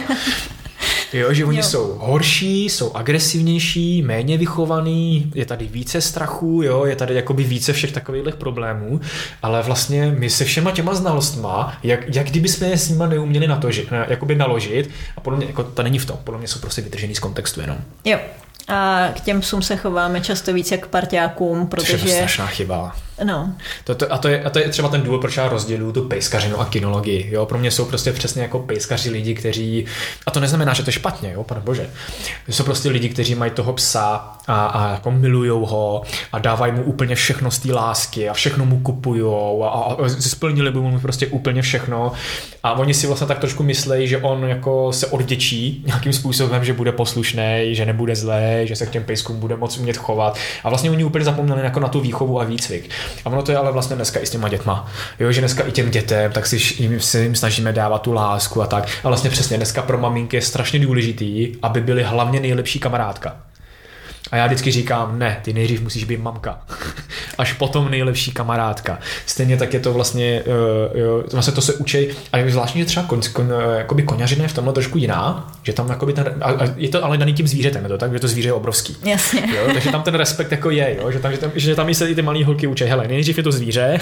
Jo, že oni jo. jsou horší, jsou agresivnější, méně vychovaný, je tady více strachu, jo, je tady jakoby více všech takových problémů, ale vlastně my se všema těma znalostma, jak, jak kdyby jsme je s nima neuměli na to, že, jakoby naložit, a podle mě, jako to není v tom, podle mě jsou prostě vytržený z kontextu jenom. Jo. A k těm psům se chováme často víc jak k parťákům, protože... To je strašná chyba. No. To, to, a, to je, a to je třeba ten důvod, proč já rozděluju tu pejskařinu a kinologii. Jo? Pro mě jsou prostě přesně jako pejskaři lidi, kteří... A to neznamená, že to je špatně, jo, pane bože. To jsou prostě lidi, kteří mají toho psa a, a jako milujou ho a dávají mu úplně všechno z té lásky a všechno mu kupujou a, a, a splnili by mu prostě úplně všechno. A oni si vlastně tak trošku myslejí, že on jako se odděčí nějakým způsobem, že bude poslušnej, že nebude zlej, že se k těm pejskům bude moc umět chovat. A vlastně oni úplně zapomněli jako na tu výchovu a výcvik. A ono to je ale vlastně dneska i s těma dětma. Jo, že dneska i těm dětem, tak si jim, si jim snažíme dávat tu lásku a tak. A vlastně přesně dneska pro maminky je strašně důležitý, aby byly hlavně nejlepší kamarádka. A já vždycky říkám, ne, ty nejdřív musíš být mamka. až potom nejlepší kamarádka. Stejně tak je to vlastně, uh, jo, vlastně to se učí, a je zvláštně, že třeba kon, kon, jakoby koňařina je v tomhle trošku jiná, že tam jakoby ten, a, a je to ale daný tím zvířetem, je to tak, že to zvíře je obrovský. Jasně. Jo, takže tam ten respekt jako je, jo, že tam, že tam, že tam se i ty malý holky učí, hele, nejdřív je to zvíře,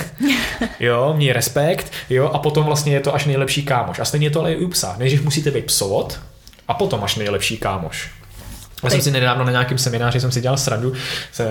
jo, měj respekt, jo, a potom vlastně je to až nejlepší kámoš. A stejně je to ale i u psa. Nejdřív musíte být psovod, a potom až nejlepší kámoš. Já jsem si nedávno na nějakém semináři jsem si dělal srandu z,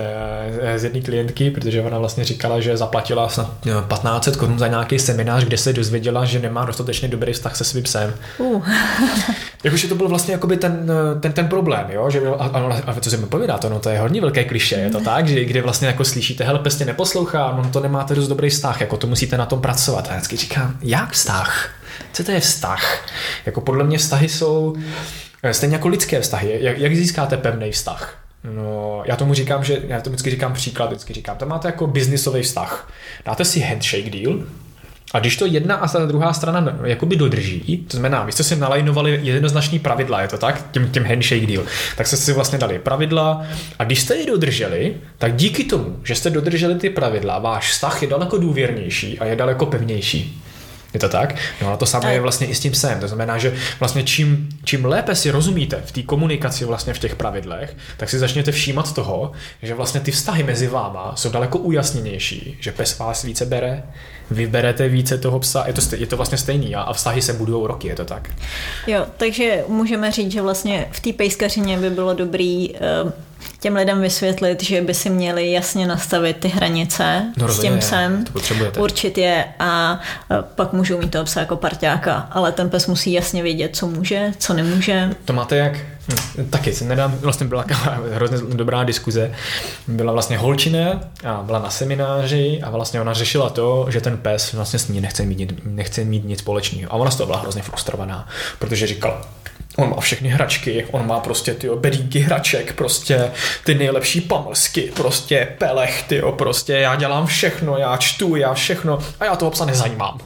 z jedné klientky, protože ona vlastně říkala, že zaplatila snad patnáct set korun za nějaký seminář, kde se dozvěděla, že nemá dostatečně dobrý vztah se svým psem. Uh. Jakože to byl vlastně jakoby ten, ten, ten problém, jo? Že, a, a, a co si mi povídá, to, no, to je hodně velké klišé, je to tak, že kde vlastně jako slyšíte, hele, pes tě neposlouchá, no to nemáte dost dobrý vztah, jako to musíte na tom pracovat. A já vždycky říkám, jak vztah? Co to je vztah? Jako podle mě vztahy jsou stejně jako lidské vztahy. Jak, jak získáte pevný vztah? No, já tomu říkám, že já to vždycky říkám příklad, vždycky říkám, tam máte jako biznisový vztah. Dáte si handshake deal a když to jedna a ta druhá strana jakoby dodrží, to znamená, vy jste si nalajnovali jednoznačný pravidla, je to tak? Tím, tím handshake deal. Tak jste si vlastně dali pravidla a když jste je dodrželi, tak díky tomu, že jste dodrželi ty pravidla, váš vztah je daleko důvěrnější a je daleko pevnější. Je to tak? No a to samé je vlastně i s tím psem. To znamená, že vlastně čím, čím lépe si rozumíte v té komunikaci vlastně v těch pravidlech, tak si začněte všímat toho, že vlastně ty vztahy mezi váma jsou daleko ujasněnější, že pes vás více bere, vy berete více toho psa, je to, je to vlastně stejný a vztahy se budujou roky, je to tak? Jo, takže můžeme říct, že vlastně v té pejskařině by bylo dobrý uh, těm lidem vysvětlit, že by si měli jasně nastavit ty hranice no, s tím psem, určit je a pak můžou mít toho psa jako parťáka, ale ten pes musí jasně vědět, co může, co nemůže. To máte jak? Hm, taky se nedám, vlastně byla hrozně dobrá diskuze, byla vlastně holčina a byla na semináři a vlastně ona řešila to, že ten pes vlastně s ní nechce mít, nechce mít nic společného a ona z toho byla hrozně frustrovaná, protože říkala, on má všechny hračky, on má prostě tyjo, bedínky hraček, prostě ty nejlepší pamlsky, prostě pelech, tyjo, prostě já dělám všechno, já čtu, já všechno a já toho psa nezajímám.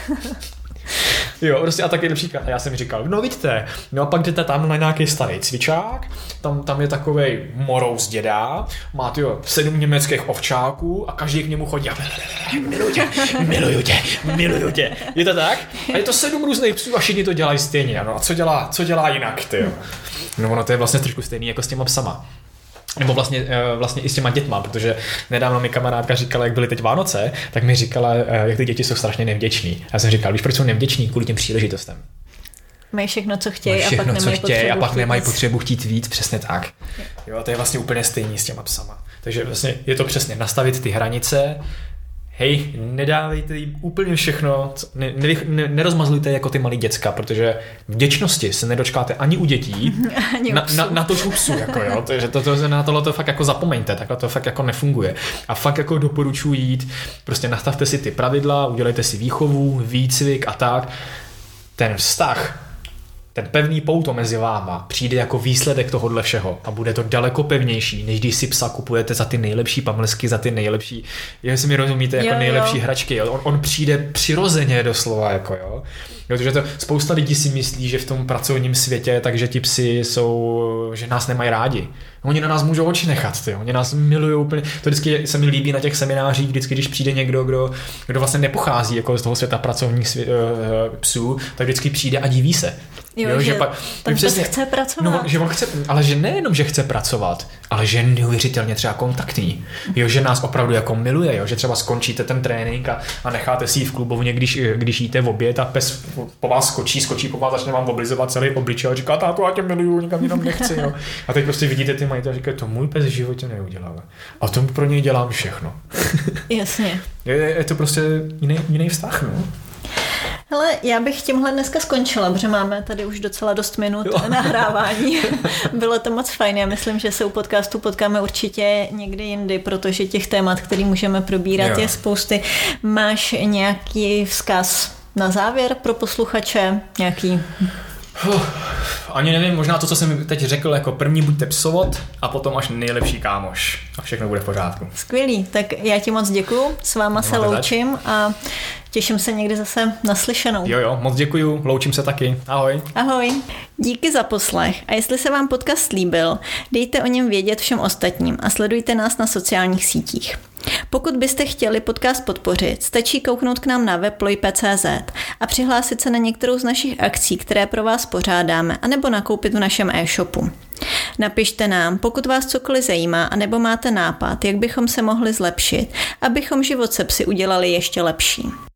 Jo, prostě a taky příklad. A já jsem říkal, no vidíte, no a pak jdete tam na nějaký starý cvičák, tam, tam je takovej morous děda, má tyjo, sedm německých ovčáků a každý k němu chodí a miluju tě, miluju tě, miluju tě. Je to tak? A je to sedm různých psů a všichni to dělají stejně. No a co dělá, co dělá jinak, tyjo? No ono to je vlastně trošku stejný jako s těma psama. Nebo vlastně, vlastně i s těma dětma, protože nedávno mi kamarádka říkala, jak byly teď Vánoce, tak mi říkala, jak ty děti jsou strašně nevděční. Já jsem říkal, víš, proč jsou nevděční? Kvůli těm příležitostem. Mají všechno, co chtějí všechno, a pak nemají potřebu a pak nemají potřebu chtít víc, přesně tak. Jo, a to je vlastně úplně stejný s těma psama. Takže vlastně je to přesně nastavit ty hranice. Hej, nedávejte jim úplně všechno, ne, ne, ne, nerozmazlujte jako ty malí děcka, protože vděčnosti se nedočkáte ani u dětí, ani na, na, na to u psů, jako jo, takže to, to, na tohle to fakt jako zapomeňte, takhle to fakt jako nefunguje. A fakt jako doporučuji jít, prostě nastavte si ty pravidla, udělejte si výchovu, výcvik a tak. Ten vztah, ten pevný pouto mezi váma přijde jako výsledek tohohle všeho a bude to daleko pevnější, než když si psa kupujete za ty nejlepší pamlsky, za ty nejlepší, jestli mi rozumíte, jako jo, nejlepší jo. hračky. Jo. On, on přijde přirozeně doslova, jako jo. Protože to spousta lidí si myslí, že v tom pracovním světě, takže ti psi jsou, že nás nemají rádi. Oni na nás můžou oči nechat, ty. Oni nás milují úplně. To vždycky se mi líbí na těch seminářích, vždycky, když přijde někdo, kdo, kdo vlastně nepochází jako z toho světa pracovních svě, uh, psů, tak vždycky přijde a diví se. Jo, jo, že, že pak, ten přesně, chce pracovat. No, že on chce, ale že nejenom, že chce pracovat, ale že je neuvěřitelně třeba kontaktní. Jo, že nás opravdu jako miluje, jo, že třeba skončíte ten trénink a, a necháte si ji v klubovně, když, když jíte v oběd a pes po vás skočí, skočí po vás, začne vám oblizovat celý obličej a říká, táto, já tě miluju, nikam jinam nechci. Jo. A teď prostě vidíte ty majitele a říkají, to můj pes v životě neudělal. A tomu pro něj dělám všechno. Jasně. Je, je to prostě jiný, jiný vztah, no. Hele, já bych tímhle dneska skončila, protože máme tady už docela dost minut jo. nahrávání. Bylo to moc fajn. Já myslím, že se u podcastu potkáme určitě někdy jindy, protože těch témat, který můžeme probírat, jo. je spousty. Máš nějaký vzkaz na závěr pro posluchače? Nějaký... Uf, ani nevím, možná to, co jsem teď řekl, jako první buďte psovod a potom až nejlepší kámoš a všechno bude v pořádku. Skvělý, tak já ti moc děkuju, s váma se loučím a těším se někdy zase naslyšenou. Jo, jo, moc děkuju, loučím se taky. Ahoj. Ahoj. Díky za poslech a jestli se vám podcast líbil, dejte o něm vědět všem ostatním a sledujte nás na sociálních sítích. Pokud byste chtěli podcast podpořit, stačí kouknout k nám na web lojpe tečka cé zet a přihlásit se na některou z našich akcí, které pro vás pořádáme, anebo nakoupit v našem e-shopu. Napište nám, pokud vás cokoliv zajímá, anebo máte nápad, jak bychom se mohli zlepšit, abychom život se psy udělali ještě lepší.